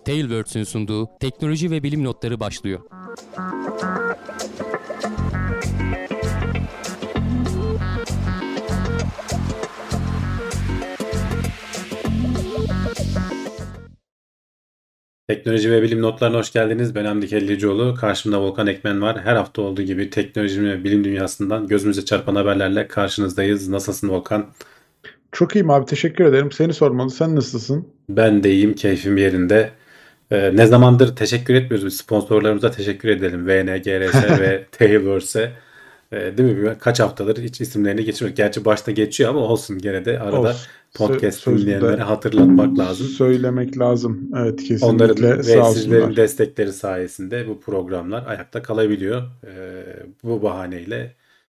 Tailwords'ün sunduğu teknoloji ve bilim notları başlıyor. Teknoloji ve bilim notlarına hoş geldiniz. Ben Hamdi Kellecioğlu. Karşımda Volkan Ekmen var. Her hafta olduğu gibi teknoloji ve bilim dünyasından gözümüze çarpan haberlerle karşınızdayız. Nasılsın Volkan? Çok iyiyim abi, teşekkür ederim. Seni sormalı. Sen nasılsın? Ben de iyiyim, keyfim yerinde. Ne zamandır teşekkür etmiyoruz. Biz sponsorlarımıza teşekkür edelim. VN, GRS ve Tailwords'e. Değil mi? Kaç haftadır hiç isimlerini geçmiyoruz. Gerçi başta geçiyor ama olsun, gene de arada Olsun. podcast Sözünde dinleyenlere hatırlatmak lazım. söylemek lazım. Evet, Onların kesinlikle. ve Sağ sizlerin olsunlar. destekleri sayesinde bu programlar ayakta kalabiliyor. Bu bahaneyle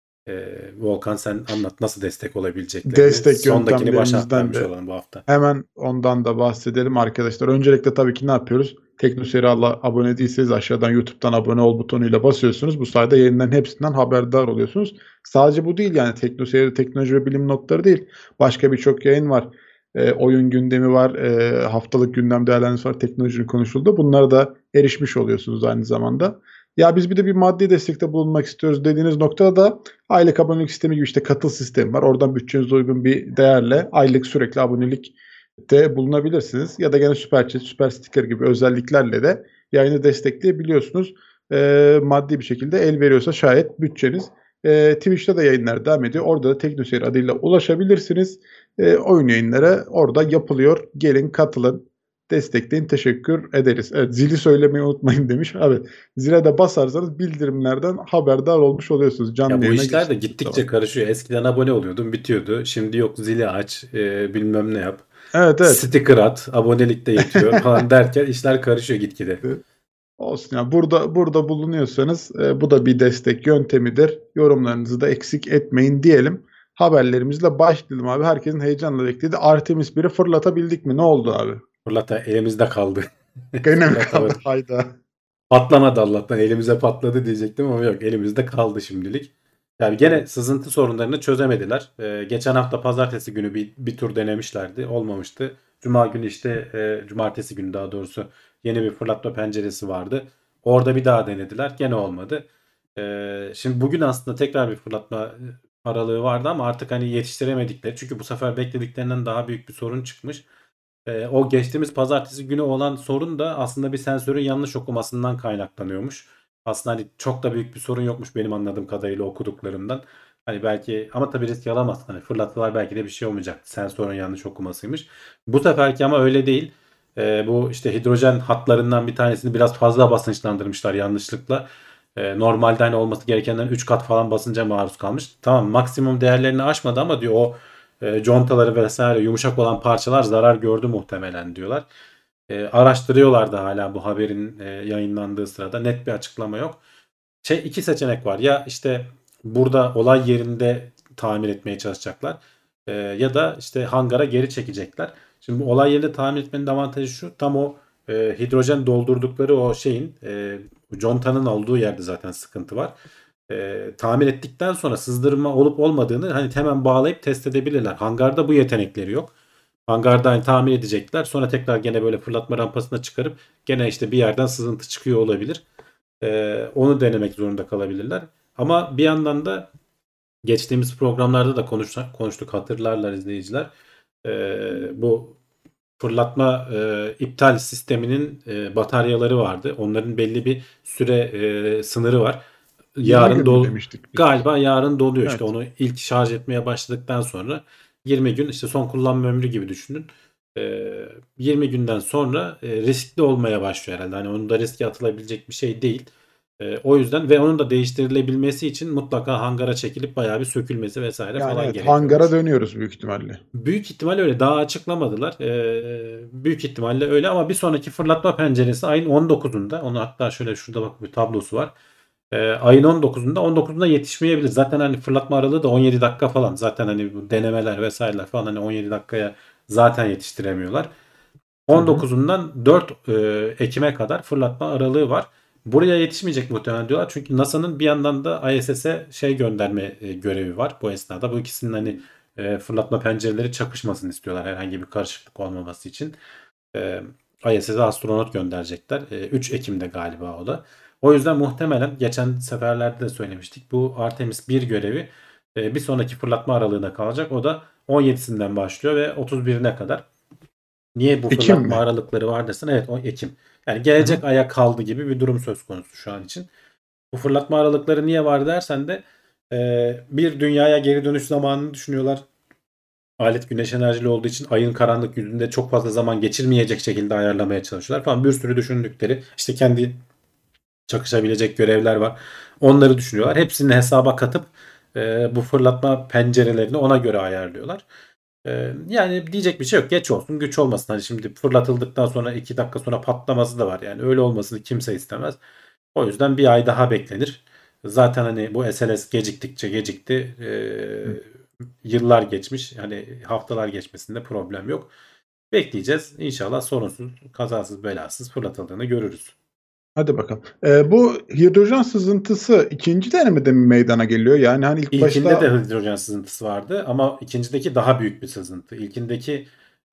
Volkan, sen anlat nasıl destek olabileceklerini. Destek Sondakini başa yöntemlerimizden aktarmış de olalım bu hafta. hemen ondan da bahsedelim arkadaşlar. Öncelikle tabii ki ne yapıyoruz? TeknoSerial'a abone değilseniz aşağıdan YouTube'dan abone ol butonuyla basıyorsunuz. Bu sayede yayınların hepsinden haberdar oluyorsunuz. Sadece bu değil, yani TeknoSerial teknoloji ve bilim notları değil. Başka birçok yayın var. Oyun gündemi var. Haftalık gündem değerlendirmesi var. Teknolojinin konuşulduğu. Bunlara da erişmiş oluyorsunuz aynı zamanda. Ya biz bir de bir maddi destekte bulunmak istiyoruz dediğiniz noktada da aylık abonelik sistemi gibi işte katıl sistemi var. Oradan bütçenize uygun bir değerle aylık sürekli abonelik de bulunabilirsiniz. Ya da gene Süper Chat, Süper Sticker gibi özelliklerle de yayını destekleyebiliyorsunuz. Maddi bir şekilde el veriyorsa şayet bütçeniz. Twitch'te de yayınlar devam ediyor. Orada da TeknoSeyir adıyla ulaşabilirsiniz. Oyun yayınları orada yapılıyor. Gelin, katılın, destekleyin, teşekkür ederiz. Evet, zili söylemeyi unutmayın demiş. Evet, zile de basarsanız bildirimlerden haberdar olmuş oluyorsunuz. Canlı Ya bu yayına işler de geçtiğimiz gittikçe zaman. karışıyor. Eskiden abone oluyordun, bitiyordu. Şimdi yok, zili aç, bilmem ne yap. Evet, evet. Sticker at, abonelik de yetiyor falan derken işler karışıyor gitgide. Olsun ya. Burada bulunuyorsanız bu da bir destek yöntemidir. Yorumlarınızı da eksik etmeyin diyelim. Haberlerimizle başlayalım abi. Herkesin heyecanla beklediği Artemis 1'i fırlatabildik mi? Ne oldu abi? Fırlata elimizde kaldı. Gene mi kaldı? Fırlatamadık. Hayda. Patlamadı Allah'tan. Elimize patladı diyecektim ama yok, elimizde kaldı şimdilik. Yani gene sızıntı sorunlarını çözemediler. Geçen hafta pazartesi günü bir tur denemişlerdi. Olmamıştı. Cuma günü işte cumartesi günü daha doğrusu yeni bir fırlatma penceresi vardı. Orada bir daha denediler. Gene olmadı. Şimdi bugün aslında tekrar bir fırlatma aralığı vardı ama artık hani yetiştiremedikleri. Çünkü bu sefer beklediklerinden daha büyük bir sorun çıkmış. O geçtiğimiz pazartesi günü olan sorun da aslında bir sensörün yanlış okumasından kaynaklanıyormuş. Aslında hani çok da büyük bir sorun yokmuş benim anladığım kadarıyla okuduklarımdan. Hani belki, ama tabii risk alamazsın. Hani fırlattılar, belki de bir şey olmayacak. Sensörün yanlış okumasıymış. Bu seferki ama öyle değil. Bu işte hidrojen hatlarından bir tanesini biraz fazla basınçlandırmışlar yanlışlıkla. Normalde hani olması gerekenden 3 kat falan basınca maruz kalmış. Tamam, maksimum değerlerini aşmadı ama diyor o contaları vesaire yumuşak olan parçalar zarar gördü muhtemelen diyorlar. Araştırıyorlar da hala bu haberin yayınlandığı sırada. Net bir açıklama yok. İki seçenek var. Ya işte burada olay yerinde tamir etmeye çalışacaklar. Ya da işte hangara geri çekecekler. Şimdi bu olay yerinde tamir etmenin avantajı şu. Tam o hidrojen doldurdukları o şeyin contanın olduğu yerde zaten sıkıntı var. Tamir ettikten sonra sızdırma olup olmadığını hani hemen bağlayıp test edebilirler. Hangarda bu yetenekleri yok. Hangarda hani tamir edecekler. Sonra tekrar gene böyle fırlatma rampasına çıkarıp gene işte bir yerden sızıntı çıkıyor olabilir. Onu denemek zorunda kalabilirler. Ama bir yandan da geçtiğimiz programlarda da konuştuk, hatırlarlar izleyiciler. Bu fırlatma iptal sisteminin bataryaları vardı. Onların belli bir süre sınırı var. 20 gün mü demiştik biz? Galiba yarın doluyor, işte Evet. onu ilk şarj etmeye başladıktan sonra 20 gün, işte son kullanma ömrü gibi düşünün. 20 günden sonra riskli olmaya başlıyor herhalde. Hani onun da riske atılabilecek bir şey değil. O yüzden ve onun da değiştirilebilmesi için mutlaka hangara çekilip bayağı bir sökülmesi vesaire Yani falan evet, hangara gerekiyormuş. dönüyoruz büyük ihtimalle. Büyük ihtimal öyle. Daha açıklamadılar. Büyük ihtimalle öyle ama bir sonraki fırlatma penceresi ayın 19'unda. Onu hatta şöyle şurada bak, bir tablosu var. Ayın 19'unda yetişmeyebilir. Zaten hani fırlatma aralığı da 17 dakika falan. Zaten hani bu denemeler vesaireler falan hani 17 dakikaya zaten yetiştiremiyorlar. Hı hı. 19'undan 4 Ekim'e kadar fırlatma aralığı var. Buraya yetişmeyecek muhtemelen diyorlar. Çünkü NASA'nın bir yandan da ISS'e şey gönderme görevi var bu esnada. Bu ikisinin hani fırlatma pencereleri çakışmasını istiyorlar, herhangi bir karışıklık olmaması için. E, ISS'e astronot gönderecekler. 3 Ekim'de galiba o da. O yüzden muhtemelen geçen seferlerde de söylemiştik. Bu Artemis 1 görevi bir sonraki fırlatma aralığına kalacak. O da 17'sinden başlıyor ve 31'ine kadar. Niye bu Ekim fırlatma mi? aralıkları var desin? Evet, o Ekim. Yani gelecek aya kaldı gibi bir durum söz konusu şu an için. Bu fırlatma aralıkları niye var dersen de bir dünyaya geri dönüş zamanını düşünüyorlar. Alet güneş enerjili olduğu için ayın karanlık yüzünde çok fazla zaman geçirmeyecek şekilde ayarlamaya çalışıyorlar falan. Bir sürü düşündükleri işte kendi çakışabilecek görevler var. Onları düşünüyorlar. Hepsini hesaba katıp bu fırlatma pencerelerini ona göre ayarlıyorlar. Yani diyecek bir şey yok. Geç olsun güç olmasın. Hani şimdi fırlatıldıktan sonra 2 dakika sonra patlaması da var. Yani öyle olmasını kimse istemez. O yüzden bir ay daha beklenir. Zaten hani bu SLS geciktikçe gecikti. Yıllar geçmiş. Hani haftalar geçmesinde problem yok. Bekleyeceğiz. İnşallah sorunsuz, kazasız, belasız fırlatıldığını görürüz. Hadi bakalım. Bu hidrojen sızıntısı ikinci denemede mi meydana geliyor? Yani hani ilk İlkinde başta de hidrojen sızıntısı vardı ama ikincideki daha büyük bir sızıntı. İlkindeki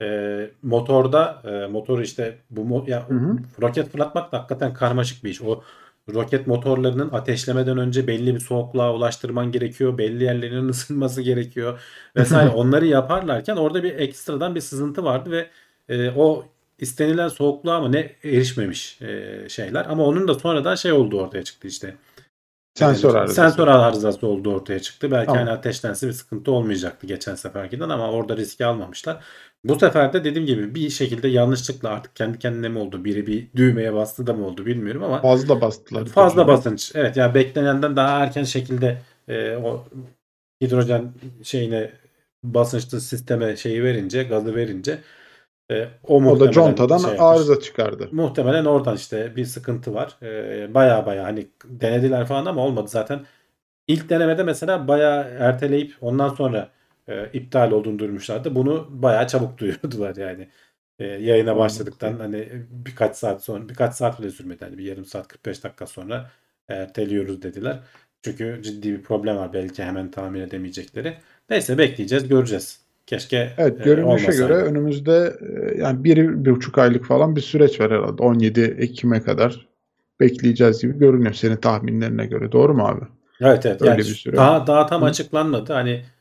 motorda motoru işte Hı hı. roket fırlatmak da hakikaten karmaşık bir iş. O roket motorlarının ateşlemeden önce belli bir soğukluğa ulaştırman gerekiyor. Belli yerlerinin ısınması gerekiyor vesaire. Onları yaparlarken orada bir ekstradan bir sızıntı vardı ve o istenilen soğukluğa mı ne erişmemiş şeyler. Ama onun da sonradan şey olduğu ortaya çıktı işte. Sensör arızası. Sensör arızası olduğu ortaya çıktı. Belki Tamam. hani ateşlense bir sıkıntı olmayacaktı geçen seferkinden ama orada riski almamışlar. Bu sefer de dediğim gibi bir şekilde yanlışlıkla artık kendi kendine mi oldu? Biri bir düğmeye bastı da mı oldu bilmiyorum ama Fazla bastılar. fazla hidrojeni. basınç. Evet yani beklenenden daha erken şekilde o hidrojen şeyine basınçlı sisteme şeyi verince, gazı verince o O da muhtemelen contadan şey yapmış. arıza çıkardı. Muhtemelen oradan işte bir sıkıntı var. Baya hani denediler falan ama olmadı zaten. İlk denemede mesela bayağı erteleyip ondan sonra iptal olduğunu duyurmuşlardı. Bunu bayağı çabuk duyurdular yani. Yayına başladıktan hani birkaç saat bile sürmedi. Hani bir yarım saat 45 dakika sonra erteliyoruz dediler. Çünkü ciddi bir problem var. Belki hemen tahmin edemeyecekleri. Neyse bekleyeceğiz, göreceğiz. Keşke Evet, görünüşe göre olmasaydı. önümüzde yani 1,5 aylık falan bir süreç var herhalde. 17 Ekim'e kadar bekleyeceğiz gibi görünüyor senin tahminlerine göre. Doğru mu abi? Evet Öyle yani bir süre. daha tam Hı? açıklanmadı.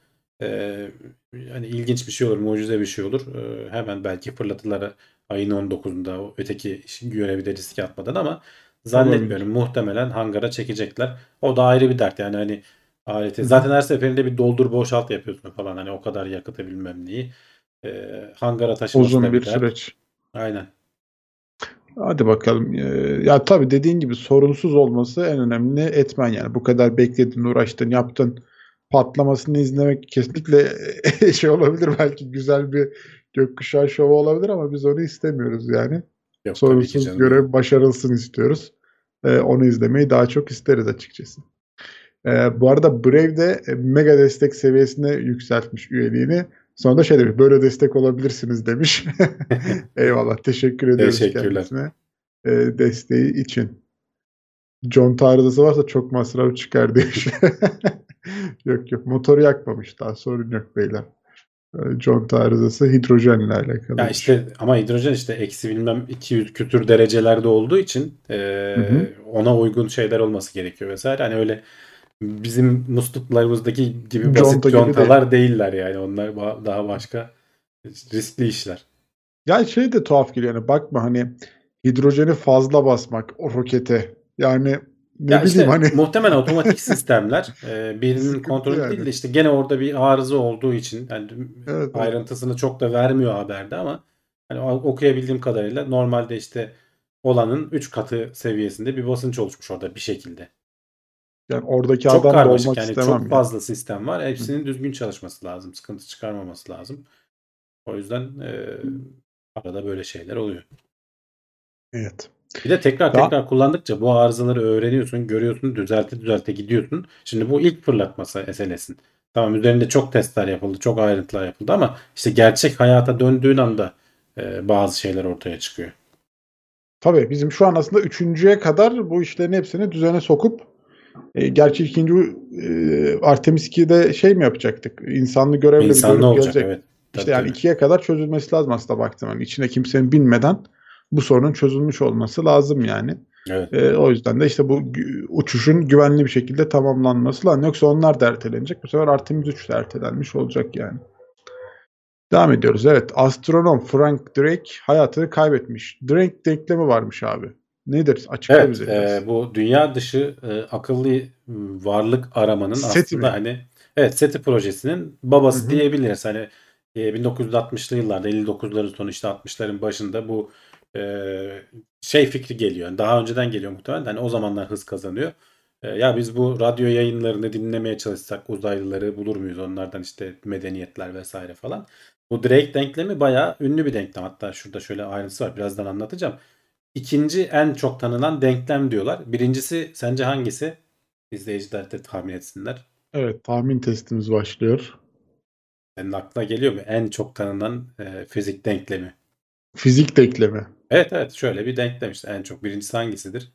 Hani ilginç bir şey olur, mucize bir şey olur. Hemen belki fırlatıları ayın 19'unda o öteki görevi de riske atmadan ama Olabilir. zannetmiyorum. Muhtemelen hangara çekecekler. O da ayrı bir dert yani hani aleti. Hı hı. Zaten her seferinde bir doldur boşalt yapıyorsun falan hani o kadar yakıtı bilmem neyi. Hangara taşıması Uzun da bir bir dert. süreç. Aynen. Hadi bakalım. Ya tabii dediğin gibi sorunsuz olması en önemli etmen yani. Bu kadar bekledin, uğraştın, yaptın. Patlamasını izlemek kesinlikle şey olabilir, belki güzel bir gökkuşağı şovu olabilir ama biz onu istemiyoruz yani. Yok tabii ki Sorunsuz canım ya. görev başarılsın istiyoruz. Onu izlemeyi daha çok isteriz açıkçası. Bu arada Brave de mega destek seviyesine yükseltmiş üyeliğini. Sonra da şey demiş, böyle destek olabilirsiniz demiş. Eyvallah, teşekkür ediyoruz Teşekkürler. kendisine desteği için. Conta arızası varsa çok masraf çıkar demiş. Yok, motoru yakmamış, daha sorun yok beyler. Conta arızası hidrojenle Ya alakalıymış. işte ama hidrojen işte eksi bilmem 200 küsür derecelerde olduğu için Hı hı. ona uygun şeyler olması gerekiyor vesaire. Hani öyle bizim musluklarımızdaki gibi basit Conta gibi değil. contalar değiller yani. Onlar daha başka riskli işler. Ya şey de tuhaf geliyor yani, bakma hani hidrojeni fazla basmak o rokete. Yani ne Ya bileyim işte hani muhtemelen otomatik sistemler birinin sıkıntı kontrolü değil yani. de işte gene orada bir arıza olduğu için yani Evet. ayrıntısını çok da vermiyor haberde ama hani okuyabildiğim kadarıyla normalde işte olanın 3 katı seviyesinde bir basınç oluşmuş orada bir şekilde. Yani oradaki Çok adam da karmaşık olmak yani çok istemem ya. fazla sistem var. Hı. Hepsinin düzgün çalışması lazım. Sıkıntı çıkarmaması lazım. O yüzden arada böyle şeyler oluyor. Evet. Bir de tekrar Daha tekrar kullandıkça bu arızaları öğreniyorsun, görüyorsun, düzelte gidiyorsun. Şimdi bu ilk fırlatması SLS'in. Tamam üzerinde çok testler yapıldı, çok ayrıntılar yapıldı ama işte gerçek hayata döndüğün anda bazı şeyler ortaya çıkıyor. tabii bizim şu an aslında üçüncüye kadar bu işlerin hepsini düzene sokup gerçi ikinci Artemis 2'de şey mi yapacaktık? İnsanlı görevle bir İnsanlı görüp olacak gelecek. evet. İşte Tabii yani tabii. ikiye kadar çözülmesi lazım aslında baktığım. Yani içine kimsenin binmeden bu sorunun çözülmüş olması lazım yani. Evet. O yüzden de işte bu uçuşun güvenli bir şekilde tamamlanması lazım. Yoksa onlar da ertelenecek. Bu sefer Artemis 3 de ertelenmiş olacak yani. Devam ediyoruz. Evet. Astronom Frank Drake hayatını kaybetmiş. Drake denklemi varmış abi. Nedir? Açıkla Evet, bize biraz. bu dünya dışı akıllı varlık aramanın SETI aslında mi? hani evet SETI projesinin Hı babası hı. diyebiliriz. Hani 1960'lı yıllarda 59'ların sonu işte 60'ların başında bu e, şey fikri geliyor. Yani daha önceden geliyor muhtemelen. Hani o zamanlar hız kazanıyor. Ya biz bu radyo yayınlarını dinlemeye çalışsak uzaylıları bulur muyuz? Onlardan işte medeniyetler vesaire falan. Bu Drake denklemi bayağı ünlü bir denklem. Hatta şurada şöyle ayrıntısı var. Birazdan anlatacağım. İkinci en çok tanınan denklem diyorlar. Birincisi sence hangisi? İzleyiciler de tahmin etsinler. Evet. Tahmin testimiz başlıyor. Senin aklına geliyor mu? En çok tanınan fizik denklemi. Fizik denklemi. Evet evet şöyle bir denklem işte en çok. Birincisi hangisidir?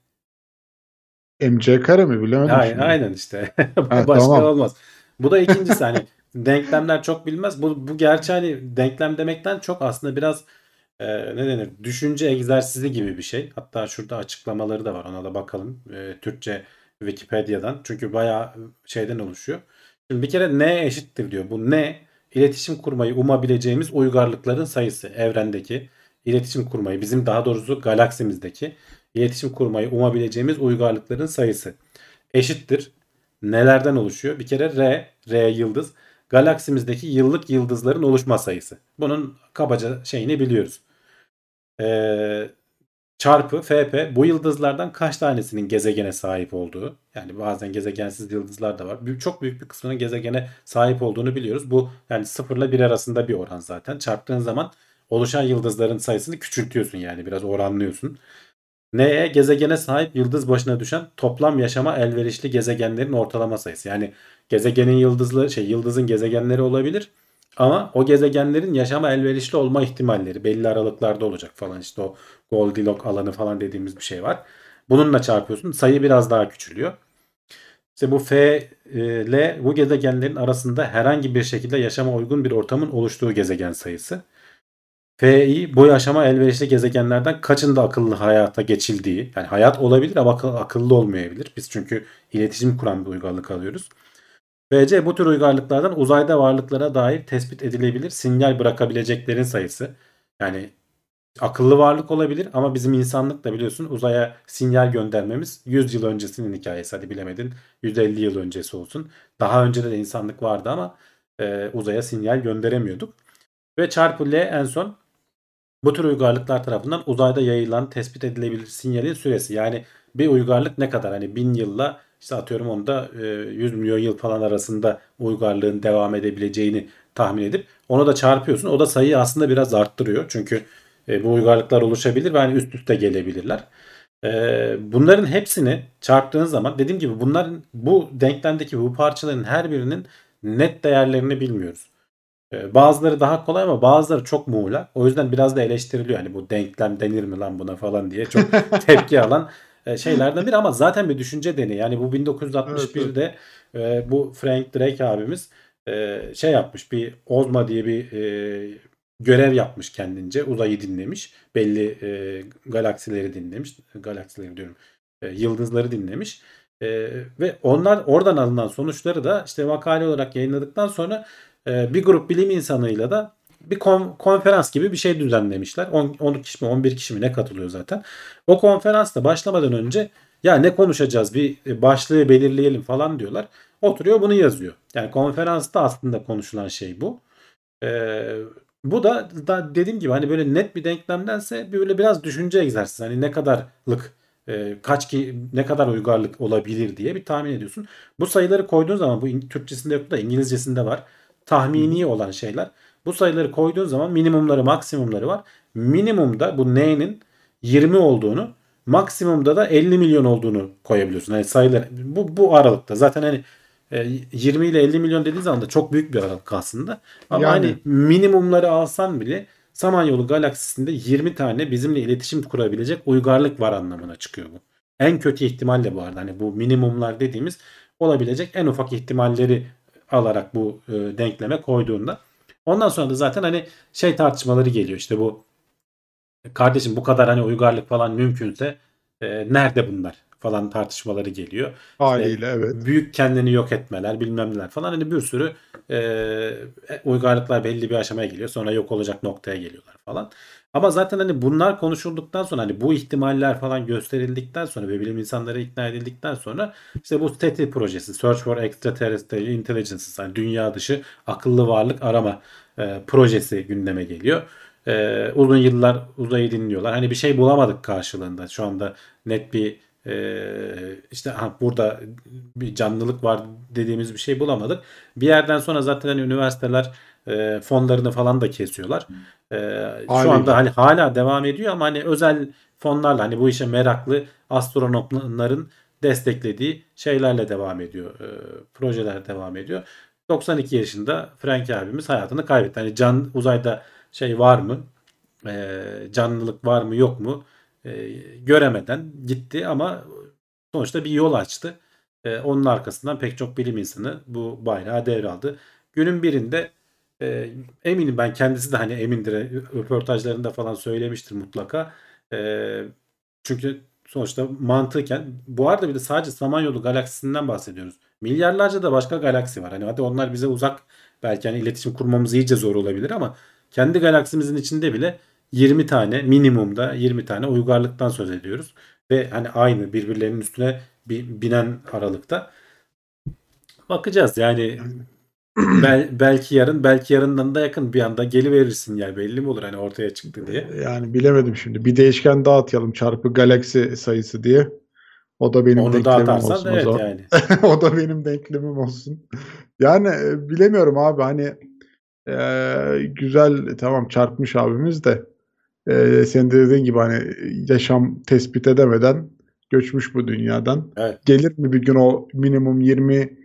MC kare mi? Bilemedim Aynen, şimdi. aynen işte. Ha, Başka tamam. olmaz. Bu da ikincisi hani denklemler çok bilmez. Bu gerçi hani denklem demekten çok aslında biraz ne denir? Düşünce egzersizi gibi bir şey. Hatta şurada açıklamaları da var. Ona da bakalım. Türkçe Wikipedia'dan. Çünkü bayağı şeyden oluşuyor. Şimdi bir kere n eşittir diyor. Bu n iletişim kurmayı umabileceğimiz uygarlıkların sayısı. Evrendeki iletişim kurmayı bizim daha doğrusu galaksimizdeki iletişim kurmayı umabileceğimiz uygarlıkların sayısı eşittir. Nelerden oluşuyor? Bir kere R yıldız. Galaksimizdeki yıllık yıldızların oluşma sayısı. Bunun kabaca şeyini biliyoruz. Ee, Çarpı FP bu yıldızlardan kaç tanesinin gezegene sahip olduğu. Yani bazen gezegensiz yıldızlar da var. Çok büyük bir kısmının gezegene sahip olduğunu biliyoruz. Bu yani 0 ile 1 arasında bir oran zaten. Çarptığın zaman oluşan yıldızların sayısını küçültüyorsun yani biraz oranlıyorsun. N'ye gezegene sahip yıldız başına düşen toplam yaşama elverişli gezegenlerin ortalama sayısı. Yani gezegenin yıldızın gezegenleri olabilir ama o gezegenlerin yaşama elverişli olma ihtimalleri belli aralıklarda olacak falan işte o Goldilocks alanı falan dediğimiz bir şey var. Bununla çarpıyorsun. Sayı biraz daha küçülüyor. İşte bu L bu gezegenlerin arasında herhangi bir şekilde yaşama uygun bir ortamın oluştuğu gezegen sayısı. Fi bu yaşama elverişli gezegenlerden kaçında akıllı hayata geçildiği yani hayat olabilir ama akıllı olmayabilir. Biz çünkü iletişim kuran bir uygarlık alıyoruz. Bc bu tür uygarlıklardan uzayda varlıklara dair tespit edilebilir sinyal bırakabileceklerin sayısı. Yani akıllı varlık olabilir ama bizim insanlık da biliyorsun uzaya sinyal göndermemiz 100 yıl öncesinin hikayesi. Hadi bilemedin 150 yıl öncesi olsun. Daha önce de insanlık vardı ama uzaya sinyal gönderemiyorduk. Ve çarpı L en son bu tür uygarlıklar tarafından uzayda yayılan tespit edilebilir sinyalin süresi. Yani bir uygarlık ne kadar hani 1000 yılla işte atıyorum onda 100 milyon yıl falan arasında uygarlığın devam edebileceğini tahmin edip onu da çarpıyorsun. O da sayıyı aslında biraz arttırıyor. Çünkü bu uygarlıklar oluşabilir ve hani üst üste gelebilirler. Bunların hepsini çarptığın zaman dediğim gibi bunların bu denklemdeki bu parçaların her birinin net değerlerini bilmiyoruz. Bazıları daha kolay ama bazıları çok muğlak. O yüzden biraz da eleştiriliyor. Hani bu denklem denir mi lan buna falan diye çok tepki alan şeylerden biri ama zaten bir düşünce deneyi. Yani bu Evet, evet. 1961'de bu Frank Drake abimiz şey yapmış bir Ozma diye bir görev yapmış kendince. Uzayı dinlemiş. Belli galaksileri dinlemiş. Galaksileri diyorum. Yıldızları dinlemiş. Ve onlar oradan alınan sonuçları da işte makale olarak yayınladıktan sonra bir grup bilim insanıyla da bir konferans gibi bir şey düzenlemişler. 10 kişi mi 11 kişi mi ne katılıyor zaten. O konferansta başlamadan önce ya ne konuşacağız bir başlığı belirleyelim falan diyorlar. Oturuyor bunu yazıyor. Yani konferansta aslında konuşulan şey bu. Ee, Bu da dediğim gibi hani böyle net bir denklemdense böyle biraz düşünce egzersizi. Hani ne kadarlık ne kadar uygarlık olabilir diye bir tahmin ediyorsun. Bu sayıları koyduğun zaman bu Türkçesinde yok da İngilizcesinde var. Hı hı. Tahmini olan şeyler. Bu sayıları koyduğun zaman minimumları maksimumları var. Minimumda bu n'nin 20 olduğunu maksimumda da 50 milyon olduğunu koyabiliyorsun. Hani sayılar bu aralıkta. Zaten hani 20 ile 50 milyon dediği zaman da çok büyük bir aralık aslında. Ama Yani hani minimumları alsan bile Samanyolu galaksisinde 20 tane bizimle iletişim kurabilecek uygarlık var anlamına çıkıyor bu. En kötü ihtimalle bu arada. Hani bu minimumlar dediğimiz olabilecek en ufak ihtimalleri alarak bu denkleme koyduğunda. Ondan sonra da zaten hani şey tartışmaları geliyor. İşte bu kardeşim bu kadar hani uygarlık falan mümkünse nerede bunlar falan tartışmaları geliyor. İşte Haliyle evet. büyük kendini yok etmeler bilmem neler falan hani bir sürü uygarlıklar belli bir aşamaya geliyor. Sonra yok olacak noktaya geliyorlar falan. Ama zaten hani bunlar konuşulduktan sonra hani bu ihtimaller falan gösterildikten sonra ve bilim insanları ikna edildikten sonra işte bu SETI projesi Search for Extraterrestrial Intelligences yani dünya dışı akıllı varlık arama projesi gündeme geliyor. Uzun yıllar uzayı dinliyorlar. Hani bir şey bulamadık karşılığında. Şu anda net bir işte burada bir canlılık var dediğimiz bir şey bulamadık. Bir yerden sonra zaten hani üniversiteler fonlarını falan da kesiyorlar. Şu anda Haliyle. hani hala devam ediyor ama hani özel fonlarla hani bu işe meraklı astronotların desteklediği şeylerle devam ediyor. Projeler devam ediyor. 92 yaşında Frank abimiz hayatını kaybetti. Hani uzayda şey var mı? Canlılık var mı yok mu? Göremeden gitti ama sonuçta bir yol açtı. Onun arkasından pek çok bilim insanı bu bayrağı devraldı. Günün birinde eminim ben kendisi de hani emindir röportajlarında falan söylemiştir mutlaka. Çünkü sonuçta mantıken bu arada bir de sadece Samanyolu galaksisinden bahsediyoruz. Milyarlarca da başka galaksi var. Hani hadi onlar bize uzak belki hani iletişim kurmamız iyice zor olabilir ama kendi galaksimizin içinde bile 20 tane minimumda 20 tane uygarlıktan söz ediyoruz. Ve hani aynı birbirlerinin üstüne binen aralıkta. Bakacağız yani Yani, belki yarın belki yarından da yakın bir anda geliverirsin yani belli mi olur hani ortaya çıktı diye. yani bilemedim şimdi. Bir değişken daha atayalım çarpı galaksi sayısı diye. O da benim Onu da denklemim atarsan olsun o evet zaman. yani. O da benim denklemim olsun. Yani bilemiyorum abi hani güzel tamam çarpmış abimiz de senin de dediğin gibi hani yaşam tespit edemeden göçmüş bu dünyadan. Evet. Gelir mi bir gün o minimum 20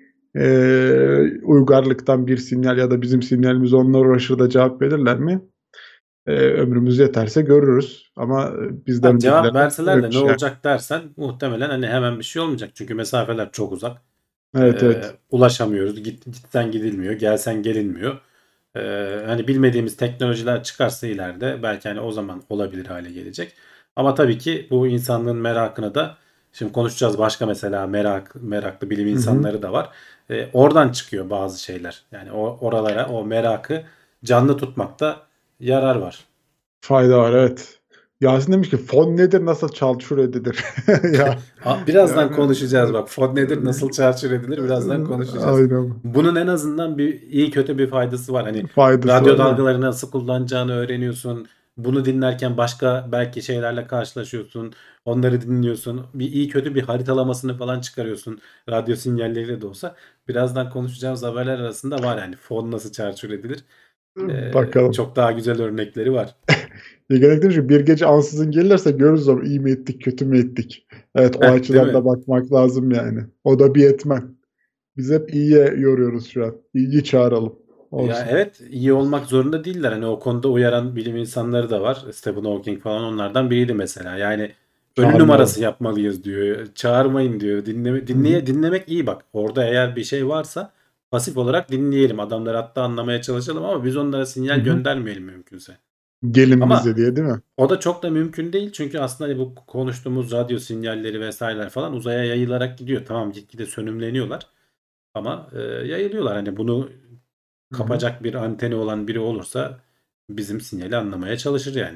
uygarlıktan bir sinyal ya da bizim sinyalimiz onlara uğraşır da cevap verirler mi? Ömrümüz yeterse görürüz. Ama bizden Ha, cevap öncekilerden verseler de ne görmemiş yani. olacak dersen muhtemelen hani hemen bir şey olmayacak. Çünkü mesafeler çok uzak. Evet evet. Ulaşamıyoruz. Gitsen gidilmiyor. Gelsen gelinmiyor. Hani bilmediğimiz teknolojiler çıkarsa ileride belki hani o zaman olabilir hale gelecek. Ama tabii ki bu insanlığın merakını da şimdi konuşacağız başka mesela meraklı bilim Hı hı. insanları da var. Oradan çıkıyor bazı şeyler. Yani oralara o merakı canlı tutmakta yarar var. Fayda var evet. Yasin demiş ki fon nedir nasıl çarçur edilir? Ya Birazdan yani konuşacağız bak. Fon nedir, nasıl çarçur edilir birazdan konuşacağız. aynen Bunun en azından bir iyi kötü bir faydası var. Hani faydası radyo var değil mi? dalgalarını nasıl kullanacağını öğreniyorsun. Bunu dinlerken başka belki şeylerle karşılaşıyorsun. Onları dinliyorsun. Bir iyi kötü bir haritalamasını falan çıkarıyorsun. Radyo sinyalleriyle de olsa. Birazdan konuşacağımız haberler arasında var yani. Fon nasıl çarçur edilir. Bakalım. Çok daha güzel örnekleri var. Yegenek demiş ki bir gece ansızın gelirse görürüz ama iyi mi ettik kötü mü ettik? Evet o Heh, değil açıdan mi? da bakmak lazım yani. O da bir etmen. Biz hep iyiye yoruyoruz şu an. İyiyi çağıralım. Ya Olsun. evet iyi olmak zorunda değiller. Hani o konuda uyaran bilim insanları da var. Stephen Hawking falan onlardan biriydi mesela. Yani ölü numarası Çağırmayalım. yapmalıyız diyor. Çağırmayın diyor. Hı hı. Dinlemek iyi bak. Orada eğer bir şey varsa pasif olarak dinleyelim. Adamları hatta anlamaya çalışalım ama biz onlara Hı sinyal hı. göndermeyelim mümkünse. Gelin Ama bize diye değil mi? o da çok da mümkün değil. Çünkü aslında hani bu konuştuğumuz radyo sinyalleri vesaireler falan uzaya yayılarak gidiyor. Tamam gitgide sönümleniyorlar. Ama yayılıyorlar. Hani bunu Hı hı. kapacak bir anteni olan biri olursa bizim sinyali anlamaya çalışır yani.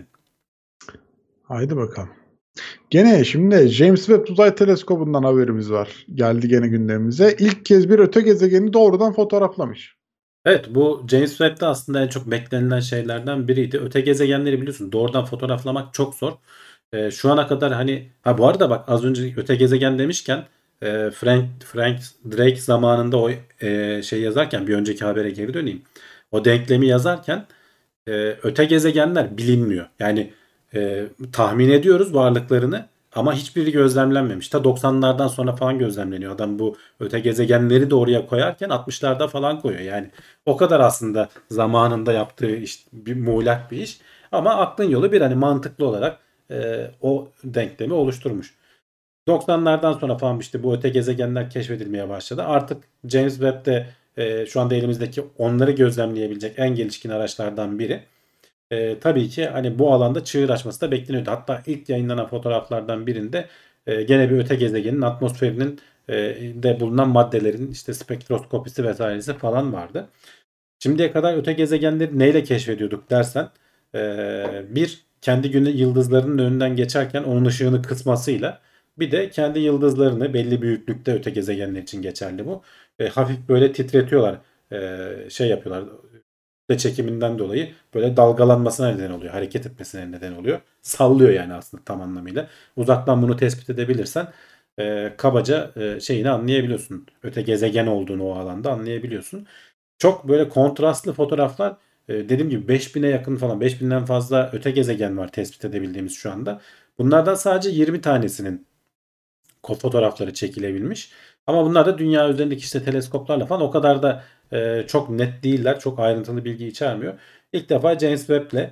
Haydi bakalım. Gene şimdi James Webb Uzay Teleskobu'ndan haberimiz var. Geldi gene gündemimize. İlk kez bir öte gezegeni doğrudan fotoğraflamış. Evet bu James Webb'de aslında en çok beklenilen şeylerden biriydi. Öte gezegenleri biliyorsun doğrudan fotoğraflamak çok zor. Şu ana kadar hani bu arada bak az önce öte gezegen demişken Frank Drake zamanında o şey yazarken bir önceki habere geri döneyim. O denklemi yazarken öte gezegenler bilinmiyor. Yani tahmin ediyoruz varlıklarını ama hiçbiri gözlemlenmemiş. Ta 90'lardan sonra falan gözlemleniyor. Adam bu öte gezegenleri de oraya koyarken 60'larda falan koyuyor. Yani o kadar aslında zamanında yaptığı iş bir muğlak bir iş. Ama aklın yolu bir hani mantıklı olarak o denklemi oluşturmuş. 90'lardan sonra falan işte bu öte gezegenler keşfedilmeye başladı. Artık James Webb de şu anda elimizdeki onları gözlemleyebilecek en gelişkin araçlardan biri. Tabii ki hani bu alanda çığır açması da bekleniyordu. Hatta ilk yayınlanan fotoğraflardan birinde gene bir öte gezegenin atmosferinin de bulunan maddelerin işte spektroskopisi vesairesi falan vardı. Şimdiye kadar öte gezegenleri neyle keşfediyorduk dersen bir kendi yıldızlarının önünden geçerken onun ışığını kısmasıyla bir de kendi yıldızlarını belli büyüklükte öte gezegenler için geçerli bu. Hafif böyle titretiyorlar. Şey yapıyorlar. Kütle çekiminden dolayı böyle dalgalanmasına neden oluyor. Hareket etmesine neden oluyor. Sallıyor yani aslında tam anlamıyla. Uzaktan bunu tespit edebilirsen kabaca şeyini anlayabiliyorsun. Öte gezegen olduğunu o alanda anlayabiliyorsun. Çok böyle kontrastlı fotoğraflar, dediğim gibi 5000'e yakın falan, 5000'den fazla öte gezegen var tespit edebildiğimiz şu anda. Bunlardan sadece 20 tanesinin fotoğrafları çekilebilmiş. Ama bunlar da dünya üzerindeki işte teleskoplarla falan o kadar da çok net değiller. Çok ayrıntılı bilgi içermiyor. İlk defa James Webb'le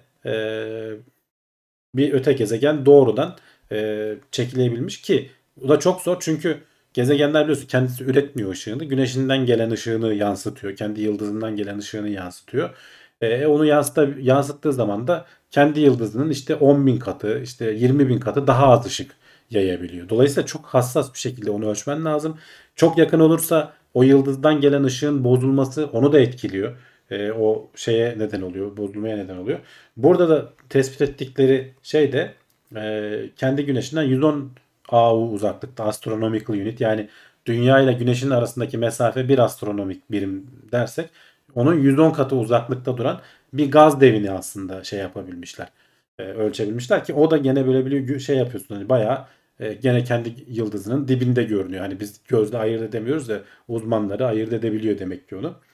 bir öte gezegen doğrudan çekilebilmiş ki bu da çok zor çünkü gezegenler biliyorsun kendisi üretmiyor ışığını. Güneşinden gelen ışığını yansıtıyor. Kendi yıldızından gelen ışığını yansıtıyor. Onu yansıttığı zaman da kendi yıldızının işte 10.000 katı, işte 20.000 katı daha az ışık yayabiliyor. Dolayısıyla çok hassas bir şekilde onu ölçmen lazım. Çok yakın olursa o yıldızdan gelen ışığın bozulması onu da etkiliyor. O şeye neden oluyor, bozulmaya neden oluyor. Burada da tespit ettikleri şey de kendi güneşinden 110 AU uzaklıkta astronomical unit, yani Dünya ile Güneş'in arasındaki mesafe bir astronomik birim dersek onun 110 katı uzaklıkta duran bir gaz devini aslında şey yapabilmişler. Ölçebilmişler ki o da gene böyle bir şey yapıyorsun hani bayağı gene kendi yıldızının dibinde görünüyor. Hani biz gözle ayırt edemiyoruz da uzmanları ayırt edebiliyor demek ki onu.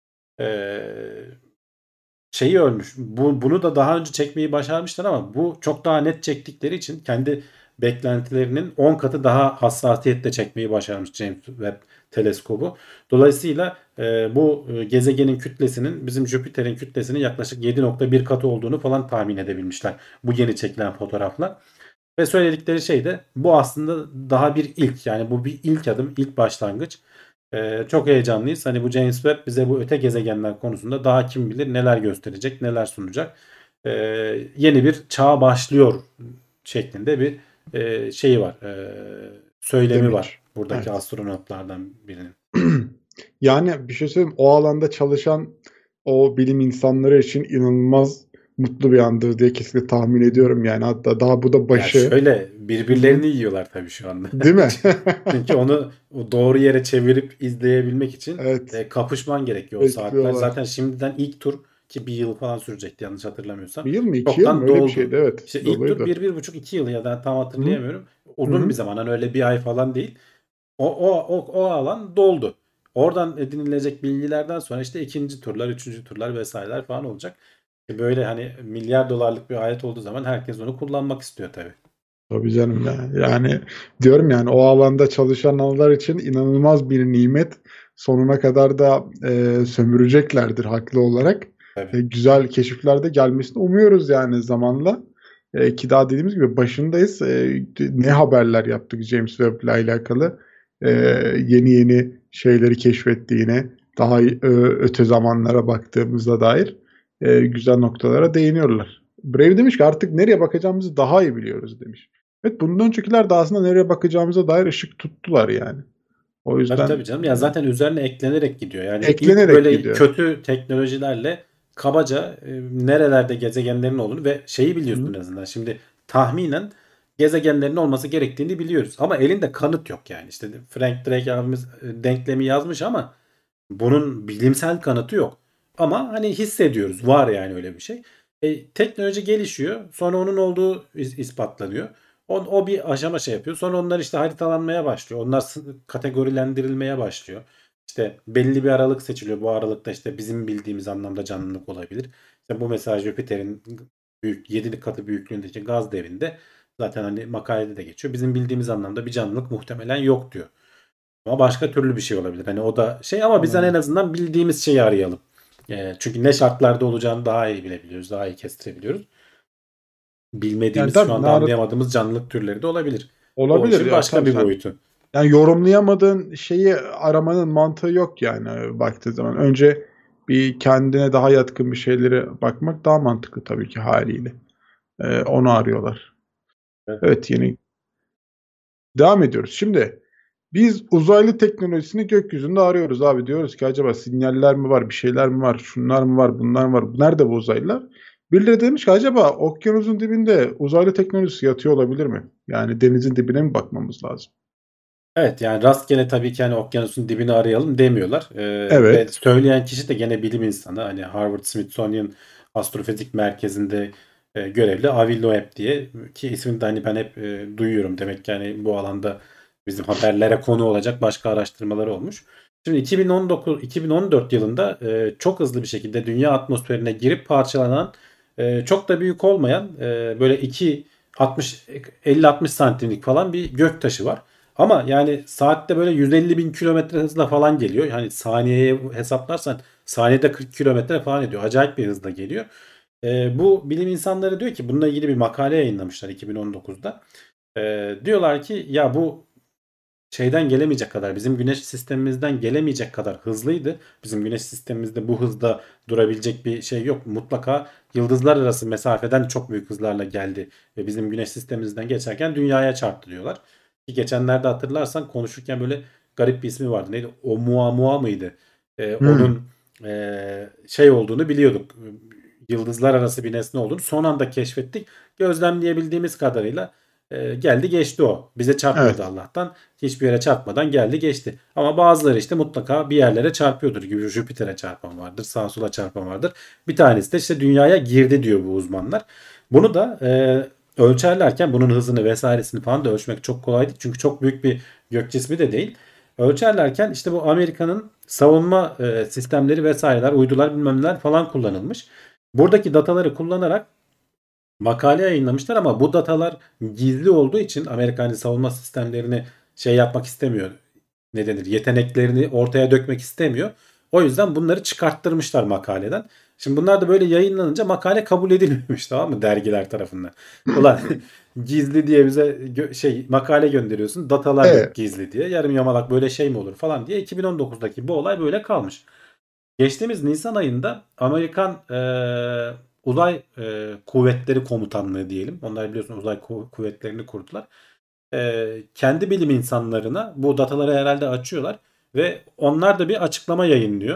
Şeyi ölmüş. Bunu da daha önce çekmeyi başarmışlar ama bu çok daha net çektikleri için kendi beklentilerinin 10 katı daha hassasiyetle çekmeyi başarmış James Webb teleskobu. Dolayısıyla bu gezegenin kütlesinin bizim Jüpiter'in kütlesinin yaklaşık 7.1 katı olduğunu falan tahmin edebilmişler bu yeni çekilen fotoğrafla. Ve söyledikleri şey de bu aslında daha bir ilk, yani bu bir ilk adım, ilk başlangıç. Çok heyecanlıyız. Hani bu James Webb bize bu öte gezegenler konusunda daha kim bilir neler gösterecek, neler sunacak. Yeni bir çağ başlıyor şeklinde bir şeyi var. Söylemi Demek. var buradaki Evet. astronotlardan birinin. Yani bir şey söyleyeyim. O alanda çalışan o bilim insanları için inanılmaz mutlu bir andır diye kesinlikle tahmin ediyorum yani. Hatta daha bu da Ya başı. şöyle birbirlerini yiyorlar tabii şu anda. Değil mi? Çünkü onu doğru yere çevirip izleyebilmek için Evet. kapışman gerekiyor o saatler. Bekliyorlar. Zaten şimdiden ilk tur ki bir yıl falan sürecekti yanlış hatırlamıyorsam. Bir yıl mı? 2 yıl mı? Çoktan Öyle bir doldu. şeydi. Evet. İşte ilk tur Doluydu. 1,5-2 yıl ya da tam Hı hatırlayamıyorum. hı. Uzun bir zaman, hani öyle bir ay falan değil. O alan doldu. Oradan edinilecek bilgilerden sonra işte ikinci turlar, üçüncü turlar vesaireler falan olacak. Böyle hani milyar dolarlık bir alet olduğu zaman herkes onu kullanmak istiyor tabii. Tabii canım ya. Yani diyorum yani o alanda çalışanlar için inanılmaz bir nimet. Sonuna kadar da sömüreceklerdir haklı olarak. Tabii. Güzel keşifler de gelmesini umuyoruz yani zamanla. Ki daha dediğimiz gibi başındayız. Ne haberler yaptık James Webb ile alakalı. E, yeni şeyleri keşfettiğine, daha öte zamanlara baktığımızda dair güzel noktalara değiniyorlar. Brave demiş ki artık nereye bakacağımızı daha iyi biliyoruz demiş. Evet, bundan öncekiler de aslında nereye bakacağımıza dair ışık tuttular yani. O Tabii yüzden tabii canım. Ya zaten üzerine eklenerek gidiyor. Yani ilk eklenerek böyle gidiyor. kötü teknolojilerle kabaca nerelerde gezegenlerin olduğunu ve şeyi biliyorsun Hı. en azından. Şimdi tahminen gezegenlerin olması gerektiğini biliyoruz. Ama elinde kanıt yok yani. İşte Frank Drake abimiz denklemi yazmış ama bunun bilimsel kanıtı yok. Ama hani hissediyoruz. Var yani öyle bir şey. Teknoloji gelişiyor. Sonra onun olduğu ispatlanıyor. O bir aşama şey yapıyor. Sonra onlar işte haritalanmaya başlıyor. Onlar kategorilendirilmeye başlıyor. İşte belli bir aralık seçiliyor. Bu aralıkta işte bizim bildiğimiz anlamda canlılık olabilir. İşte bu mesela Jüpiter'in 7 katı büyüklüğündeki gaz devinde zaten hani makalede de geçiyor. Bizim bildiğimiz anlamda bir canlılık muhtemelen yok diyor. Ama başka türlü bir şey olabilir. Hani o da şey, ama bizden en azından bildiğimiz şeyi arayalım. Çünkü ne şartlarda olacağını daha iyi bilebiliyoruz. Daha iyi kestirebiliyoruz. Yani Bilmediğimiz, şu tabii anda anlayamadığımız canlılık türleri de olabilir. O olabilir işin ya, başka tabii bir sen boyutu. yani yorumlayamadığın şeyi aramanın mantığı yok yani baktığı zaman. Önce bir kendine daha yatkın bir şeylere bakmak daha mantıklı tabii ki haliyle. Onu arıyorlar. Evet. Evet, yeni devam ediyoruz. Şimdi biz uzaylı teknolojisini gökyüzünde arıyoruz abi. Diyoruz ki acaba sinyaller mi var, bir şeyler mi var, şunlar mı var, bunlar mı var? Nerede bu uzaylılar? Birileri demiş ki acaba okyanusun dibinde uzaylı teknolojisi yatıyor olabilir mi? Yani denizin dibine mi bakmamız lazım? Evet, yani rastgele tabii ki hani okyanusun dibini arayalım demiyorlar. Ve Evet. söyleyen kişi de gene bilim insanı. Hani Harvard Smithsonian Astrofizik Merkezi'nde görevli Avi Loeb diye, ki ismini de hani ben hep duyuyorum. Demek ki hani bu alanda bizim haberlere konu olacak başka araştırmaları olmuş. Şimdi 2014 yılında çok hızlı bir şekilde dünya atmosferine girip parçalanan, çok da büyük olmayan, böyle 50-60 santimlik falan bir göktaşı var. Ama yani saatte böyle 150 bin kilometre hızla falan geliyor. Yani saniyeye hesaplarsan saniyede 40 kilometre falan ediyor. Acayip bir hızla geliyor. Bu bilim insanları diyor ki, bununla ilgili bir makale yayınlamışlar 2019'da. Diyorlar ki ya bu şeyden gelemeyecek kadar, bizim güneş sistemimizden gelemeyecek kadar hızlıydı. Bizim güneş sistemimizde bu hızda durabilecek bir şey yok. Mutlaka yıldızlar arası mesafeden çok büyük hızlarla geldi ve bizim güneş sistemimizden geçerken dünyaya çarptı diyorlar. Ki geçenlerde hatırlarsan konuşurken böyle garip bir ismi vardı. Neydi? Oumuamua mıydı? Hmm. Onun şey olduğunu biliyorduk. Yıldızlar arası bir nesne olduğunu son anda keşfettik. Gözlemleyebildiğimiz kadarıyla geldi geçti o. Bize çarpmadı Evet. Allah'tan. Hiçbir yere çarpmadan geldi geçti. Ama bazıları işte mutlaka bir yerlere çarpıyordur. Gibi Jüpiter'e çarpan vardır. Sağa sola çarpan vardır. Bir tanesi de işte dünyaya girdi diyor bu uzmanlar. Bunu da ölçerlerken bunun hızını vesairesini falan da ölçmek çok kolay değil. Çünkü çok büyük bir gök cismi de değil. Ölçerlerken işte bu Amerika'nın savunma sistemleri vesaireler, uydular bilmem neler falan kullanılmış. Buradaki dataları kullanarak makale yayınlamışlar ama bu datalar gizli olduğu için Amerikan savunma sistemlerini şey yapmak istemiyor. Ne denir? Yeteneklerini ortaya dökmek istemiyor. O yüzden bunları çıkarttırmışlar makaleden. Şimdi bunlar da böyle yayınlanınca makale kabul edilmemiş, tamam mı, dergiler tarafından. Ulan gizli diye bize şey makale gönderiyorsun. Datalar yok Evet. gizli diye. Yarım yamalak böyle şey mi olur falan diye 2019'daki bu olay böyle kalmış. Geçtiğimiz Nisan ayında Amerikan Uzay Kuvvetleri Komutanlığı diyelim. Onlar biliyorsun uzay kuvvetlerini kurdular. Kendi bilim insanlarına bu dataları herhalde açıyorlar ve onlar da bir açıklama yayınlıyor.